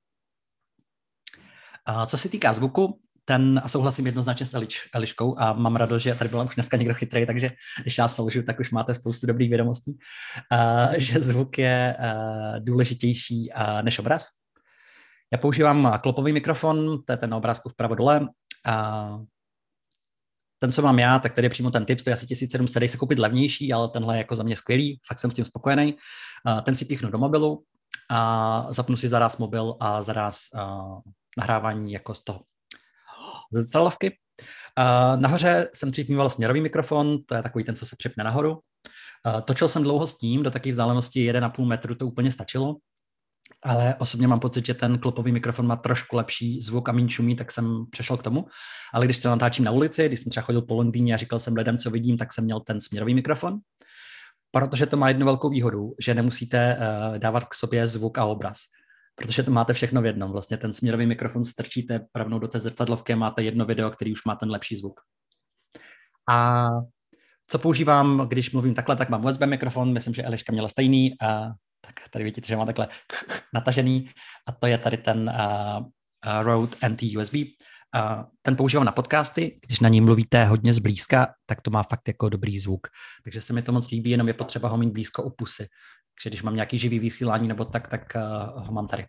Uh, co se týká zvuku, ten, a souhlasím jednoznačně s Eliš, Eliškou a mám radost, že tady byla už dneska někdo chytrý, takže když já sloužu, tak už máte spoustu dobrých vědomostí, uh, že zvuk je uh, důležitější uh, než obraz. Já používám klopový mikrofon, to je ten na obrázku vpravo dole. Uh, ten, co mám já, tak tady je přímo ten typ, stojí asi tisíc sedm set, dej se koupit levnější, ale tenhle je jako za mě skvělý, fakt jsem s tím spokojený. Uh, ten si píchnu do mobilu a zapnu si zaraz mobil a zaraz uh, nahrávání jako z toho ze zrcadlovky. Uh, nahoře jsem dřív mýval směrový mikrofon, to je takový ten, co se připne nahoru. Uh, točil jsem dlouho s tím, do takové vzdálenosti jeden a půl metru to úplně stačilo, ale osobně mám pocit, že ten klopový mikrofon má trošku lepší zvuk a méně šumí, tak jsem přešel k tomu. Ale když to natáčím na ulici, když jsem třeba chodil po Londýně a říkal jsem lidem, co vidím, tak jsem měl ten směrový mikrofon, protože to má jednu velkou výhodu, že nemusíte uh, dávat k sobě zvuk a obraz, protože to máte všechno v jednom. Vlastně ten směrový mikrofon strčíte rovnou do té zrcadlovky a máte jedno video, který už má ten lepší zvuk. A co používám, když mluvím takhle, tak mám U S B mikrofon, myslím, že Eliška měla stejný, a tak tady vidíte, že mám takhle natažený, a to je tady ten uh, uh, Rode N T U S B. Uh, ten používám na podcasty, když na ní mluvíte hodně zblízka, tak to má fakt jako dobrý zvuk. Takže se mi to moc líbí, jenom je potřeba ho mít blízko u pusy. Takže když mám nějaký živý vysílání nebo tak, tak uh, ho mám tady.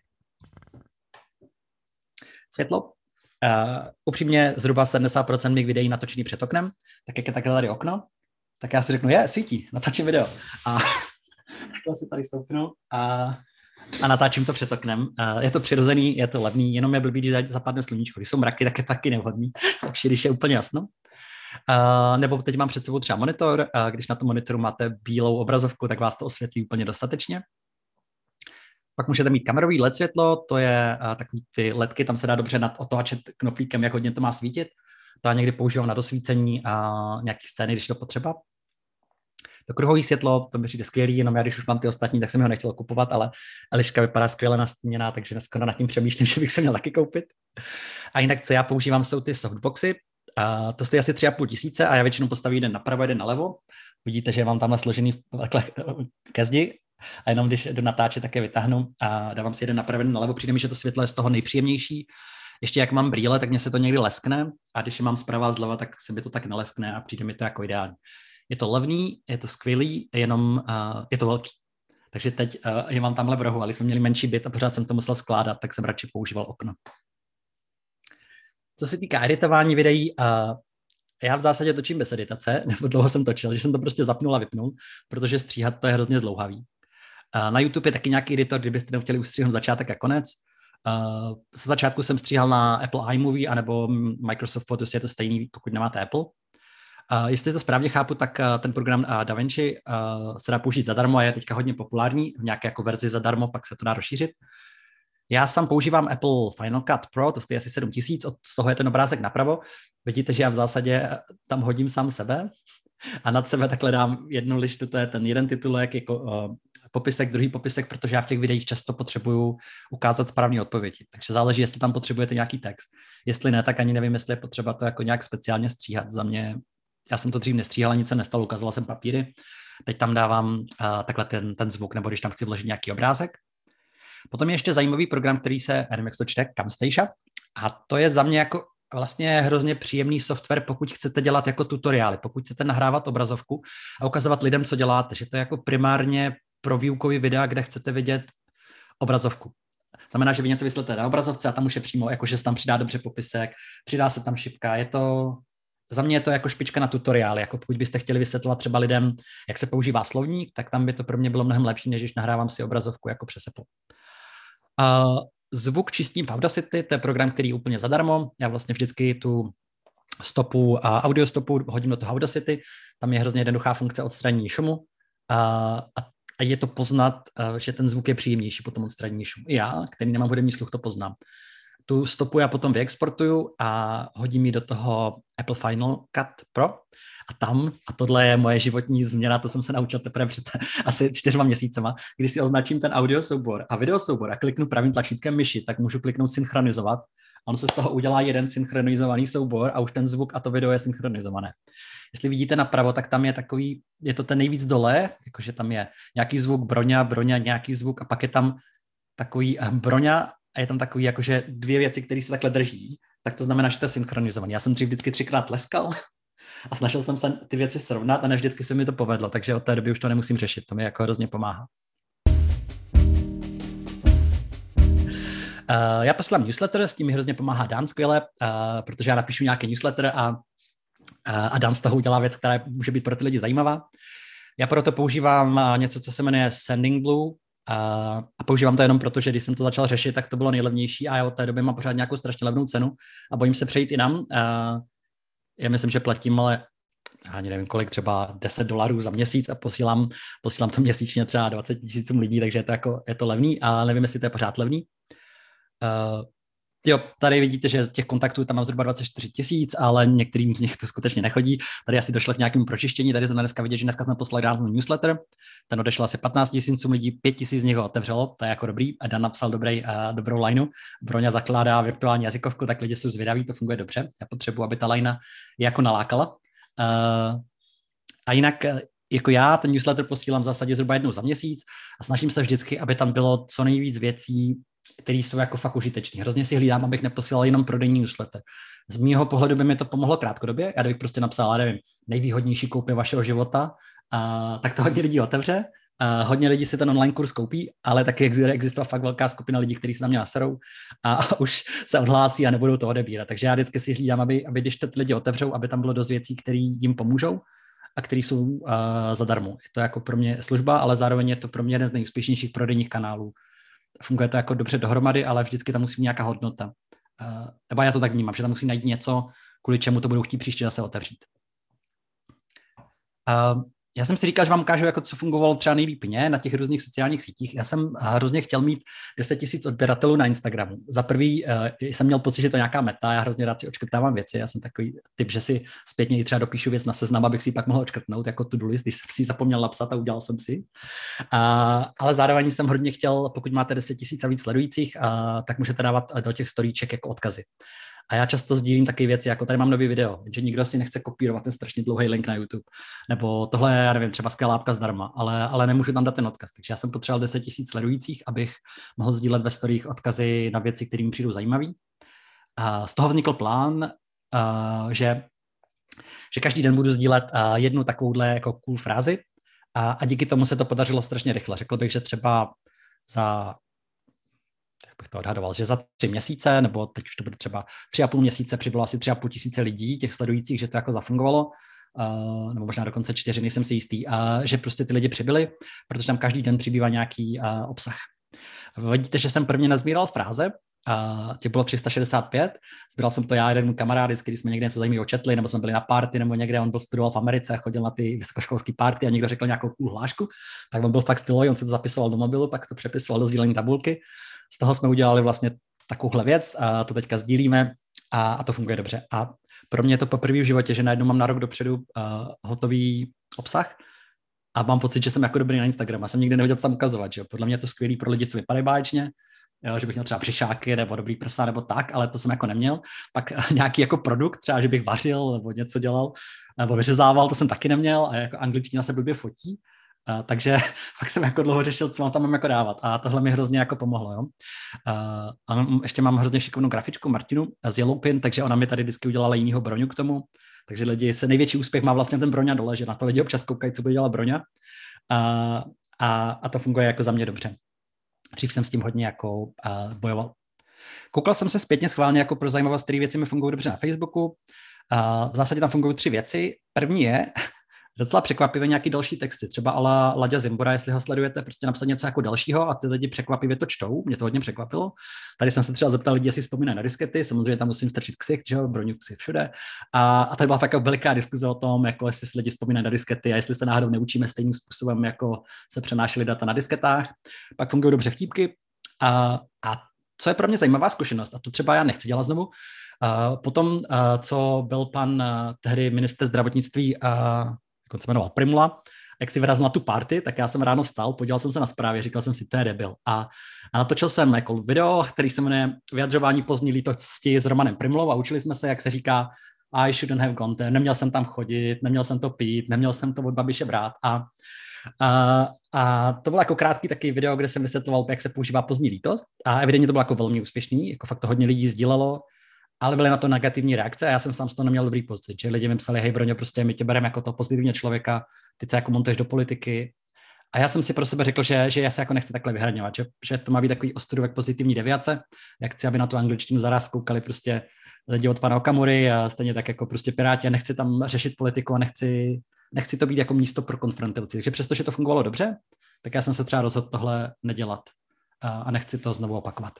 Světlo. Uh, upřímně zhruba sedmdesát procent mých videí natočený před oknem, tak jak je takhle tady okno, tak já si řeknu, je, svítí, natáčím video. A takhle si tady stoupnu a, a natáčím to před oknem. Uh, je to přirozený, je to levný, jenom je blbý, když zapadne sluníčko. Když jsou mraky, tak je taky nevhodný. Lepší, když je úplně jasno. Uh, nebo teď mám před sebou třeba monitor. Uh, když na tom monitoru máte bílou obrazovku, tak vás to osvětlí úplně dostatečně. Pak můžete mít kamerový L E D světlo, to je uh, takový ty ledky, tam se dá dobře nad otočit knoflíkem, jak hodně to má svítit. To já někdy používám na dosvícení a nějaký scény, když to potřeba. To kruhový světlo, to mi přijde skvělý, jenom já, když už mám ty ostatní, tak jsem ho nechtěl kupovat, ale Eliška vypadá skvěle nastíněná, takže dneska nad tím přemýšlím, že bych se měl taky koupit. A jinak, co já používám, jsou ty softboxy. Uh, to stojí asi tři a půl tisíce a já většinou postavím jeden napravo, jeden nalevo. Vidíte, že mám tamhle složený takhle ke zdi a jenom když jdu natáčet, tak je vytáhnu a dávám si jeden napravo, jeden nalevo. Přijde mi, že to světlo je z toho nejpříjemnější. Ještě jak mám brýle, tak mě se to někdy leskne a když je mám zprava a zleva, tak se mi to tak neleskne a přijde mi to jako ideální. Je to levný, je to skvělý, jenom uh, je to velký. Takže teď uh, je mám tamhle v rohu, ale jsme měli menší byt a pořád jsem to musel skládat, tak jsem radši používal okno. Co se týká editování videí, uh, já v zásadě točím bez editace, nebo dlouho jsem točil, že jsem to prostě zapnul a vypnul, protože stříhat to je hrozně zdlouhavý. Uh, na YouTube je taky nějaký editor, kdybyste chtěli ustříhnout začátek a konec. Uh, ze začátku jsem stříhal na Apple iMovie anebo Microsoft Photos, je to stejný, pokud nemáte Apple. Uh, jestli to správně chápu, tak uh, ten program uh, DaVinci uh, se dá použít zadarmo a je teďka hodně populární, v nějaké jako verzi zadarmo, pak se to dá rozšířit. Já sám používám Apple Final Cut Pro, to stojí asi sedm tisíc, z toho je ten obrázek napravo. Vidíte, že já v zásadě tam hodím sám sebe a nad sebe takhle dám jednu lištu, to je ten jeden titulek, jako uh, popisek, druhý popisek, protože já v těch videích často potřebuju ukázat správné odpovědi. Takže záleží, jestli tam potřebujete nějaký text. Jestli ne, tak ani nevím, jestli je potřeba to jako nějak speciálně stříhat. Za mě, já jsem to dřív nestříhal, nic se nestalo, ukazoval jsem papíry. Teď tam dávám uh, takhle ten, ten zvuk, nebo když tam chci vložit nějaký obrázek. Potom je ještě zajímavý program, který se, nevím, jak se to čte, Camtasia. A to je za mě jako vlastně hrozně příjemný software, pokud chcete dělat jako tutoriály, pokud chcete nahrávat obrazovku a ukazovat lidem, co děláte, že to je jako primárně pro výukový videa, kde chcete vidět obrazovku. Znamená, že vy něco vyslete na obrazovce a tam už je přímo, jakože se tam přidá dobře popisek, přidá se tam šipka. Je to, za mě je to jako špička na tutoriály, jako pokud byste chtěli vysvětlovat třeba lidem, jak se používá slovník, tak tam by to pro mě bylo mnohem lepší, než když nahrávám si obrazovku jako přes Apple. Uh, zvuk čistím v Audacity, to je program, který je úplně zadarmo. Já vlastně vždycky tu stopu, uh, audio stopu hodím do toho Audacity, tam je hrozně jednoduchá funkce odstranění šumu uh, a a je to poznat, uh, že ten zvuk je příjemnější po tom odstranění šumu. I já, který nemám hudební sluch, to poznám. Tu stopu já potom vyexportuju a hodím ji do toho Apple Final Cut Pro a tam, a tohle je moje životní změna, to jsem se naučil teprve před asi čtyřma měsícema, když si označím ten audio soubor a video soubor a kliknu pravým tlačítkem myši, tak můžu kliknout synchronizovat a on se z toho udělá jeden synchronizovaný soubor a už ten zvuk a to video je synchronizované. Jestli vidíte napravo, tak tam je takový, je to ten nejvíc dole, jakože tam je nějaký zvuk broňa, broňa, nějaký zvuk a pak je tam takový broňa a je tam takový jakože dvě věci, které se takhle drží, tak to znamená, že to je synchronizovaný. Já jsem dřív vždycky třikrát tleskal a snažil jsem se ty věci srovnat a ne vždycky se mi to povedlo, takže od té doby už to nemusím řešit, to mi jako hrozně pomáhá. Uh, já posílám newsletter, s tím mi hrozně pomáhá Dan skvěle, uh, protože já napíšu nějaký newsletter a, uh, a Dan z toho udělá věc, která může být pro ty lidi zajímavá. Já proto používám uh, něco, co se jmenuje Sending Blue. A, a používám to jenom proto, že když jsem to začal řešit, tak to bylo nejlevnější a já od té doby mám pořád nějakou strašně levnou cenu a bojím se přejít jinam. A já myslím, že platím, ale ani nevím kolik, třeba deset dolarů za měsíc a posílám, posílám to měsíčně třeba dvacet tisícům lidí, takže je to, jako, je to levný a nevím, jestli to je pořád levný. Uh, jo, tady vidíte, že z těch kontaktů tam mám zhruba dvacet čtyři tisíc, ale některým z nich to skutečně nechodí. Tady asi došlo k nějakému pročištění, tady jsem dneska vidět, že dneska jsme poslali rázný newsletter, ten odešel asi patnáct tisícům lidí, pět tisíc z nich ho otevřelo, to je jako dobrý, a Dan napsal dobrý, uh, dobrou lineu, Broňa zakládá virtuální jazykovku, tak lidi jsou zvědaví, to funguje dobře, já potřebuji, aby ta linea je jako nalákala. Uh, a jinak jako já ten newsletter posílám v zásadě zhruba jednou za měsíc a snažím se vždycky, aby tam bylo co nejvíc věcí, které jsou jako fakt užitečné. Hrozně si hlídám, abych neposílal jenom prodejní newsletter. Z mýho pohledu by mi to pomohlo krátkodobě, já bych prostě napsal, nevím, nejvýhodnější koupě vašeho života, a tak to hodně lidí otevře, a hodně lidí si ten online kurz koupí, ale taky existuje fakt velká skupina lidí, kteří se na mě naserou a už se odhlásí a nebudou to odebírat. Takže já vždycky si hlídám, aby, aby když ty lidi otevřou, aby tam bylo dost věcí, které jim pomůžou a které jsou uh, zadarmo. Je to jako pro mě služba, ale zároveň je to pro mě jeden z nejúspěšnějších prodejních kanálů. Funguje to jako dobře dohromady, ale vždycky tam musí být nějaká hodnota. Uh, nebo já to tak vnímám, že tam musí najít něco, kvůli čemu to budou chtít příště zase otevřít. Uh, já jsem si říkal, že vám ukážu, jako co fungovalo třeba nejlíp mě na těch různých sociálních sítích. Já jsem hrozně chtěl mít deset tisíc odběratelů na Instagramu. Za prvý uh, jsem měl pocit, že to je nějaká meta, já hrozně rád si odškrtávám věci. Já jsem takový typ, že si zpětně i třeba dopíšu věc na seznam, abych si ji pak mohl odškrtnout jako to-do list, když jsem si ji zapomněl napsat a udělal jsem si. Uh, ale zároveň jsem hodně chtěl, pokud máte deset tisíc a víc sledujících, uh, tak můžete dávat do těch storíček jako odkazy. A já často sdílím taky věci, jako tady mám nový video, že nikdo si nechce kopírovat ten strašně dlouhý link na YouTube. Nebo tohle je, já nevím, třeba skvělá apka zdarma, ale, ale nemůžu tam dát ten odkaz. Takže já jsem potřeboval deset tisíc sledujících, abych mohl sdílet ve storích odkazy na věci, které mi přijdou zajímavý. A z toho vznikl plán, uh, že, že každý den budu sdílet uh, jednu takovouhle jako cool frázi a, a díky tomu se to podařilo strašně rychle. Řekl bych, že třeba za bych to odhadoval, že za tři měsíce, nebo teď už to bude třeba tři a půl měsíce, přibylo asi tři a půl tisíce lidí, těch sledujících, že to jako zafungovalo, uh, nebo možná dokonce čtyři, nejsem si jistý, a že prostě ty lidi přibyli, protože tam každý den přibývá nějaký uh, obsah. Vidíte, že jsem prvně nazbíral fráze, uh, těch bylo tři sta šedesát pět, sbíral jsem to já, jeden můj kamarád, když jsme někde něco zajímavého četli, nebo jsme byli na party, nebo někde, on byl studoval v Americe, chodil na ty vysokoškolské party a někdo řekl nějakou cool hlášku, tak on byl fakt stylový, on se to zapisoval do mobilu, pak to přepisoval do sdílení tabulky. Z toho jsme udělali vlastně takovouhle věc a to teďka sdílíme a, a to funguje dobře. A pro mě je to poprvé v životě, že najednou mám na rok dopředu uh, hotový obsah a mám pocit, že jsem jako dobrý na Instagramu. Já jsem nikdy nevěděl, co tam ukazovat. Že? Podle mě je to skvělý pro lidi, co vypadají báječně, jo, že bych měl třeba břišáky nebo dobrý prsa nebo tak, ale to jsem jako neměl. Pak nějaký jako produkt, třeba, že bych vařil nebo něco dělal nebo vyřezával, to jsem taky neměl a jako angličtina se blbě fotí. Uh, takže fakt jsem jako dlouho řešil, co mám tam mám jako dávat a tohle mi hrozně jako pomohlo. Jo? Uh, a ještě mám hrozně šikovnou grafičku Martinu z Yellowpin, takže ona mi tady vždycky udělala jinýho Broňu k tomu, takže lidi se největší úspěch má vlastně ten Broňa dole, že na to lidi občas koukají, co bude dělat Broňa uh, a, a to funguje jako za mě dobře. Dřív jsem s tím hodně jako uh, bojoval. Koukal jsem se zpětně schválně jako pro zajímavost, které věci mi fungují dobře na Facebooku. Uh, v zásadě tam fungují tři věci. První je docela překvapivě nějaký další texty, třeba ala Laďa Zimbora, jestli ho sledujete, prostě napsat něco jako dalšího a ty lidi překvapivě to čtou, mě to hodně překvapilo. Tady jsem se třeba zeptal lidí, jestli vzpomínají na diskety, samozřejmě tam musím strčit ksicht, že jo, Broňu ksicht všude. A, a tady byla fakt veliká diskuze o tom, jako jestli si lidi vzpomínají na diskety a jestli se náhodou neučíme stejným způsobem, jako se přenášely data na disketách. Pak fungují dobře vtípky. A, a co je pro mě zajímavá zkušenost, a to třeba já nechci dělat znovu, uh, potom, uh, co byl pan uh, tehdy ministr zdravotnictví uh, jak on se jmenoval, Primula, jak si vyrazil na tu party, tak já jsem ráno vstal, podíval jsem se na zprávy, říkal jsem si, to je debil. A, a natočil jsem jako video, který se jmenuje Vyjadřování pozdní lítosti s Romanem Primulou a učili jsme se, jak se říká I shouldn't have gone there, neměl jsem tam chodit, neměl jsem to pít, neměl jsem to od Babiše brát. A, a, a to bylo jako krátký takový video, kde jsem vysvětloval, jak se používá pozdní lítost a evidentně to bylo jako velmi úspěšný, jako fakt to hodně lidí sdílelo, ale byly na to negativní reakce a já jsem sám z toho neměl dobrý pocit, že lidi mi psali, hej Broňo, prostě my tě bereme jako toho pozitivního člověka, ty se jako montuješ do politiky. A já jsem si pro sebe řekl, že, že já se jako nechci takhle vyhraňovat, že, že to má být takový ostrůvek pozitivní deviace, jak chci, aby na tu angličtinu zaraz koukali prostě lidi od pana Okamury a stejně tak jako prostě Piráti a nechci tam řešit politiku a nechci, nechci to být jako místo pro konfrontaci. Takže přestože to fungovalo dobře, Tak já jsem se třeba rozhodl tohle nedělat a nechci to znovu opakovat.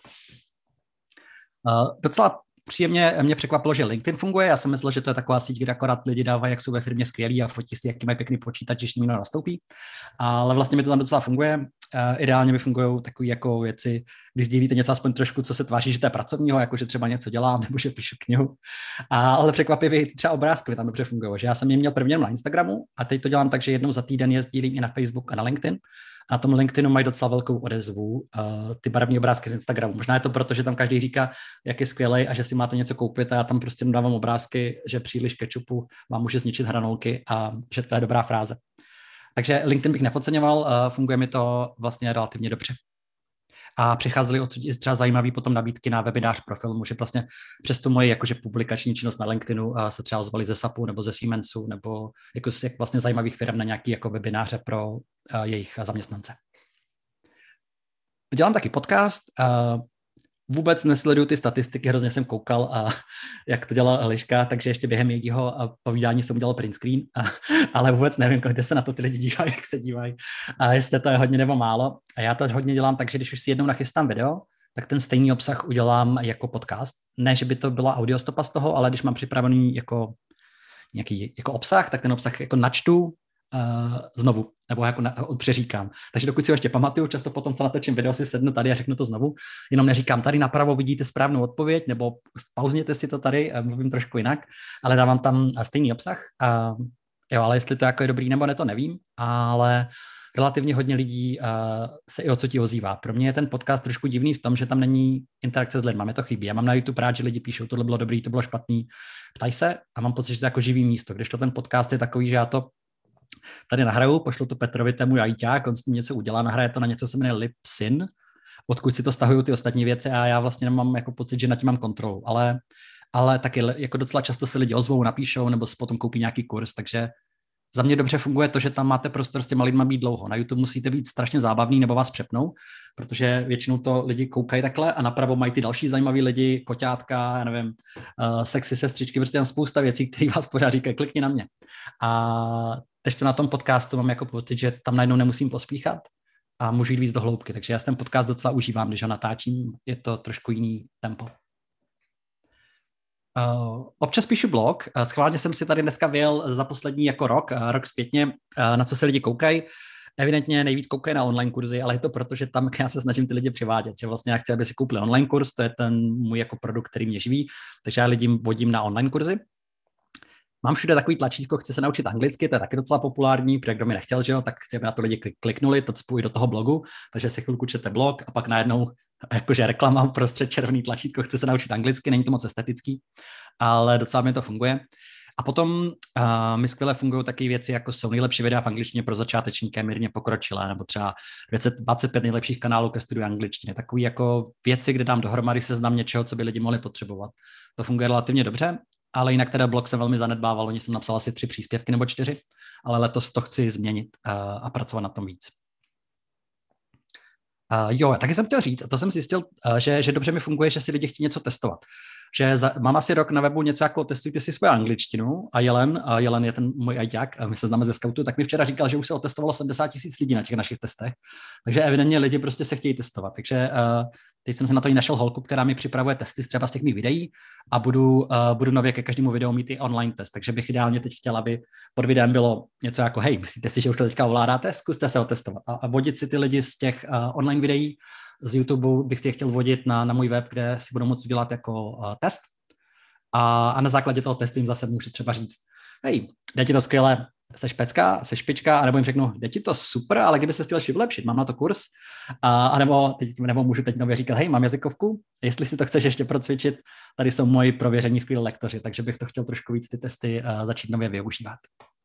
Docela příjemně mě překvapilo, že LinkedIn funguje. Já jsem myslel, že to je taková síť, kde akorát lidi dávají, jak jsou ve firmě skvělí a fotí si, jaký mají pěkný počítač, když někdo nastoupí. Ale vlastně mi to tam docela funguje. Uh, ideálně mi fungují takové jako věci, když sdílíte něco aspoň trošku, co se tváří, že to je pracovního, jako že třeba něco dělám nebo že píšu knihu. A, ale překvapivě třeba obrázky tam dobře fungují. Že já jsem je měl prvně na Instagramu a teď to dělám tak, že jednou za týden je sdílím i na Facebook a na LinkedIn. A na tom LinkedInu mají docela velkou odezvu uh, ty barevné obrázky z Instagramu. Možná je to proto, že tam každý říká, jak je skvělej a že si máte něco koupit a já tam prostě dávám obrázky, že příliš kečupu vám může zničit hranolky a že to je dobrá fráze. Takže LinkedIn bych nepodceňoval, uh, funguje mi to vlastně relativně dobře. A přicházely odsud i třeba zajímavé potom nabídky na webinář pro filmu, že vlastně přes tu moji jakože publikační činnost na LinkedInu uh, se třeba ozvali ze SAPu nebo ze Siemensu nebo jako z jak vlastně zajímavých firm na nějaký jako webináře pro uh, jejich zaměstnance. Dělám taky podcast. Uh, vůbec nesleduju ty statistiky, hrozně jsem koukal, a jak to dělala Eliška, takže ještě během jejího povídání jsem udělal print screen, a, ale vůbec nevím, kde se na to ty lidi dívají, jak se dívají, a jestli to je hodně nebo málo. A já to hodně dělám tak, že když už si jednou nachystám video, tak ten stejný obsah udělám jako podcast. Ne, že by to byla audiostopa z toho, ale když mám připravený jako nějaký jako obsah, tak ten obsah jako načtu Uh, znovu, nebo jako na, přeříkám. Takže dokud si ho ještě pamatuju, často potom, co natočím video, si sednu tady a řeknu to znovu, jenom neříkám, tady napravo vidíte správnou odpověď, nebo pauzněte si to tady, mluvím trošku jinak, ale dávám tam stejný obsah. Uh, jo, ale jestli to jako je dobrý nebo ne, to nevím, ale relativně hodně lidí uh, se i o co ti ozývá. Pro mě je ten podcast trošku divný v tom, že tam není interakce s lidmi, mě to chybí. Já mám na YouTube rád, že lidi píšou, tohle bylo dobrý, to bylo špatný, ptají se a mám pocit, že to je jako živý místo, když to ten podcast je takový, že já to tady nahraju, pošlu to Petrovi, to je můj ajťák, on s tím něco udělá, nahraje to na něco, se jmenuje Libsyn, odkud si to stahují ty ostatní věci a já vlastně nemám jako pocit, že nad tím mám kontrolu, ale, ale taky jako docela často se lidi ozvou, napíšou nebo si potom koupí nějaký kurz, takže za mě dobře funguje to, že tam máte prostor s těma lidma být dlouho. Na YouTube musíte být strašně zábavný nebo vás přepnou, protože většinou to lidi koukají takhle a napravo mají ty další zajímaví lidi, koťátka, já nevím, uh, sexy sestřičky, prostě tam spousta věcí, které vás pořád říkají, klikni na mě. A teď to na tom podcastu mám jako pocit, že tam najednou nemusím pospíchat a můžu jít víc do hloubky. Takže já ten podcast docela užívám, když ho natáčím, je to trošku jiný tempo. Uh, občas píšu blog, uh, schválně jsem si tady dneska vyjel za poslední jako rok, uh, rok zpětně, uh, na co se lidi koukají. Evidentně nejvíc koukají na online kurzy, ale je to proto, že tam já se snažím ty lidi přivádět, že vlastně já chci, aby si koupili online kurz, to je ten můj jako produkt, který mě živí, takže já lidi vodím na online kurzy. Mám všude takový tlačítko, chci se naučit anglicky, to je taky docela populární, protože kdo mi nechtěl, že jo, tak chci, aby na to lidi kliknuli, to spojí do toho blogu, takže si chvilku čete blog a pak najednou jakože reklama prostřed červený tlačítko, chci se naučit anglicky, není to moc estetický, ale docela mi to funguje. A potom uh, mi skvěle fungují taky věci, jako jsou nejlepší videa v angličtině pro začátečníky, mírně pokročilé, nebo třeba dvacet pět nejlepších kanálů ke studiu angličtiny. Takový jako věci, kde dám dohromady seznam něčeho, co by lidi mohli potřebovat. To funguje relativně dobře, ale jinak teda blog jsem velmi zanedbával. Oni jsem napsal asi tři příspěvky nebo čtyři, ale letos to chci změnit uh, a pracovat na tom víc. Uh, jo, taky jsem chtěl říct, a to jsem zjistil, uh, že, že dobře mi funguje, že si lidi chtějí něco testovat. Že za, mám asi rok na webu něco jako testujte si svoji angličtinu a Jelen, a Jelen je ten můj ajťák, a my se známe ze Scoutu, tak mi včera říkal, že už se otestovalo sedmdesát tisíc lidí na těch našich testech, takže evidentně lidi prostě se chtějí testovat. Takže uh, teď jsem se na to i našel holku, která mi připravuje testy třeba z těch mých videí a budu, uh, budu nově ke každému videu mít i online test, takže bych ideálně teď chtěla, aby pod videem bylo něco jako hej, myslíte si, že už to teďka ovládáte, zkuste se otestovat a, a vodit si ty lidi z těch uh, online videí z YouTube bych si je chtěl vodit na, na můj web, kde si budou moct udělat jako uh, test. A, a na základě toho testu jim zase můžu třeba říct, hej, jde ti to skvěle, seš pecka, seš špička, anebo jim řeknu, jde ti to super, ale kdyby se chtěl ještě vylepšit, mám na to kurz, a, anebo, teď, nebo můžu teď nově říkat, hej, mám jazykovku, jestli si to chceš ještě procvičit, tady jsou moji prověření skvělí lektoři, takže bych to chtěl trošku víc ty testy uh, začít nově využívat.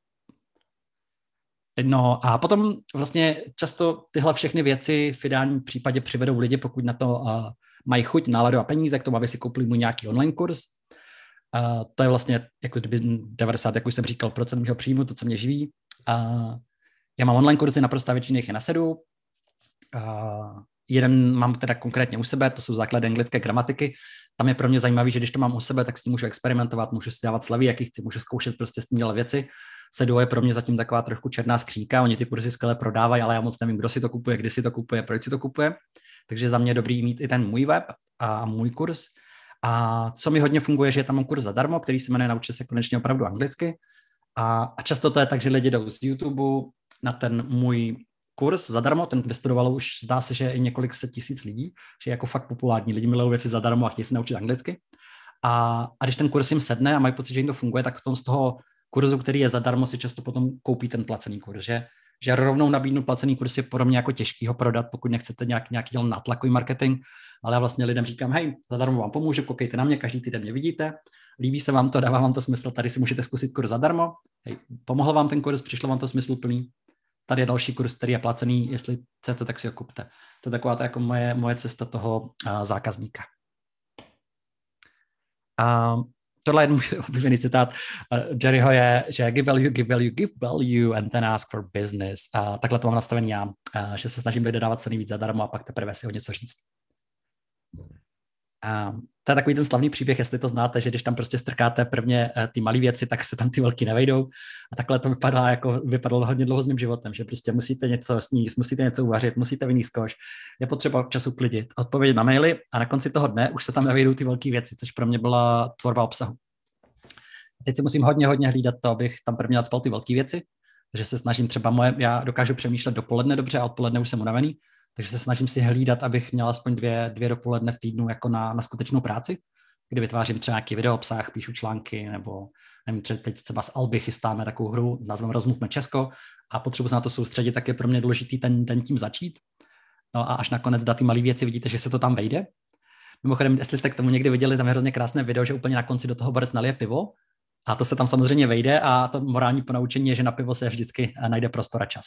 No a potom vlastně často tyhle všechny věci v ideálním případě přivedou lidi, pokud na to uh, mají chuť, náladu a peníze k tomu, aby si koupili mu nějaký online kurz. Uh, to je vlastně jako kdyby devadesát, jak už jsem říkal, procent mého příjmu, to, co mě živí. Uh, já mám online kurzy, naprosto většině jich je na sedu. Uh, jeden mám teda konkrétně u sebe, to jsou základy anglické gramatiky. Tam je pro mě zajímavý, že když to mám u sebe, tak s tím můžu experimentovat, můžu si dávat slevy, jaký chci, můžu zkoušet prostě s tím dělat věci. Seduo je pro mě zatím taková trošku černá skřínka, oni ty kurzy skvěle prodávají, ale já moc nevím, kdo si to kupuje, kdy si to kupuje, proč si to kupuje. Takže za mě je dobrý mít i ten můj web a můj kurz. A co mi hodně funguje, že je tam mám kurz zadarmo, který se jmenuje Naučte se konečně opravdu anglicky. A, a často to je tak, že lidi jdou z YouTube na ten můj kurz zadarmo, ten vystudovalo už zdá se, že i několik set tisíc lidí, že je jako fakt populární, lidi milují věci zadarmo a chtějí se naučit anglicky. A, a když ten kurz jim sedne a mají pocit, že jim to funguje, tak v tom z toho kurzu, který je zadarmo, si často potom koupí ten placený kurz, že, že rovnou nabídnu placený kurz je pro mě jako těžký ho prodat, pokud nechcete nějak, nějaký dělat nátlakový marketing, ale já vlastně lidem říkám, hej, zadarmo vám pomůžu, koukejte na mě, každý týden mě vidíte, líbí se vám to, dává vám to smysl, tady si můžete zkusit kurz zadarmo, hej, pomohl vám ten kurz, přišlo vám to smysluplný, tady je další kurz, který je placený, jestli chcete, tak si ho kupte. To je taková ta jako moje, moje cesta toho uh, zákazníka. Uh, tohle je můj oblíbený citát uh, Jerryho je, že give value, give value, give value and then ask for business. Uh, takhle to mám nastavený já, uh, že se snažím lidem dávat co nejvíc zadarmo a pak teprve si o něco říct. Uh, to je takový ten slavný příběh, jestli to znáte, že když tam prostě strkáte prvně uh, ty malé věci, tak se tam ty velký nevejdou. A takhle to vypadá, jako vypadalo hodně dlouho s mým životem, že prostě musíte něco sníst, musíte něco uvařit, musíte vynést koš, je potřeba občas uklidit, odpovědět na maily a na konci toho dne už se tam nevejdou ty velké věci, což pro mě byla tvorba obsahu. Teď si musím hodně, hodně hlídat to, abych tam prvně nadspal ty velké věci, takže se snažím třeba moje, já dokážu přemýšlet dopoledne dobře a odpoledne už jsem unavený, takže se snažím si hlídat, abych měl aspoň dvě, dvě dopoledne v týdnu jako na, na skutečnou práci, kdy vytvářím třeba nějaký video obsah, píšu články, nebo nevím, teď třeba s Alby chystáme takovou hru, nazveme Rozmluvme Česko a potřebuji se na to soustředit, tak je pro mě důležitý ten den tím začít. No a až nakonec dát ty malé věci, vidíte, že se to tam vejde. Mimochodem, jestli jste k tomu někdy viděli, tam je hrozně krásné video, že úplně na konci do toho borec nalije pivo a to se tam samozřejmě vejde a to morální ponaučení je, že na pivo se vždycky najde prostor a čas.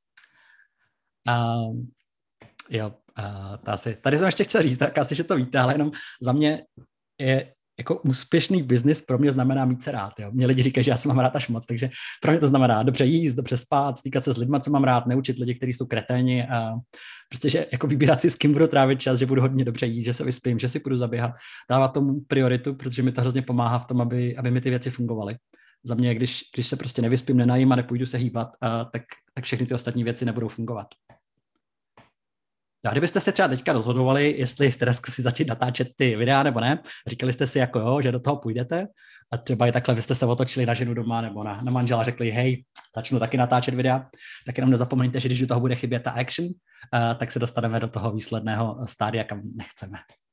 Uh, jo, uh, to asi, tady jsem ještě chtěl říct, tak asi, že to víte, ale jenom za mě je jako úspěšný biznis pro mě znamená mít se rád. Jo. Mě lidi říkají, že já se mám rád až moc, takže pro mě to znamená dobře jíst, dobře spát, stýkat se s lidmi, co mám rád, neučit lidi, kteří jsou kreténi a prostě, že jako vybírat si, s kým budu trávit čas, že budu hodně dobře jíst, že se vyspím, že si půjdu zaběhat, dávat tomu prioritu, protože mi to hrozně pomáhá v tom, aby, aby mi ty věci fungovaly. Za mě, když, když se prostě nevyspím, nenajím a nepůjdu se hýbat, a, tak, tak všechny ty ostatní věci nebudou fungovat. A kdybyste se třeba teďka rozhodovali, jestli jste zkusili začít natáčet ty videa nebo ne, říkali jste si jako jo, že do toho půjdete a třeba i takhle byste se otočili na ženu doma nebo na, na manžela, řekli hej, začnu taky natáčet videa, tak jenom nezapomeňte, že když do toho bude chybět ta action, uh, tak se dostaneme do toho výsledného stádia, kam nechceme.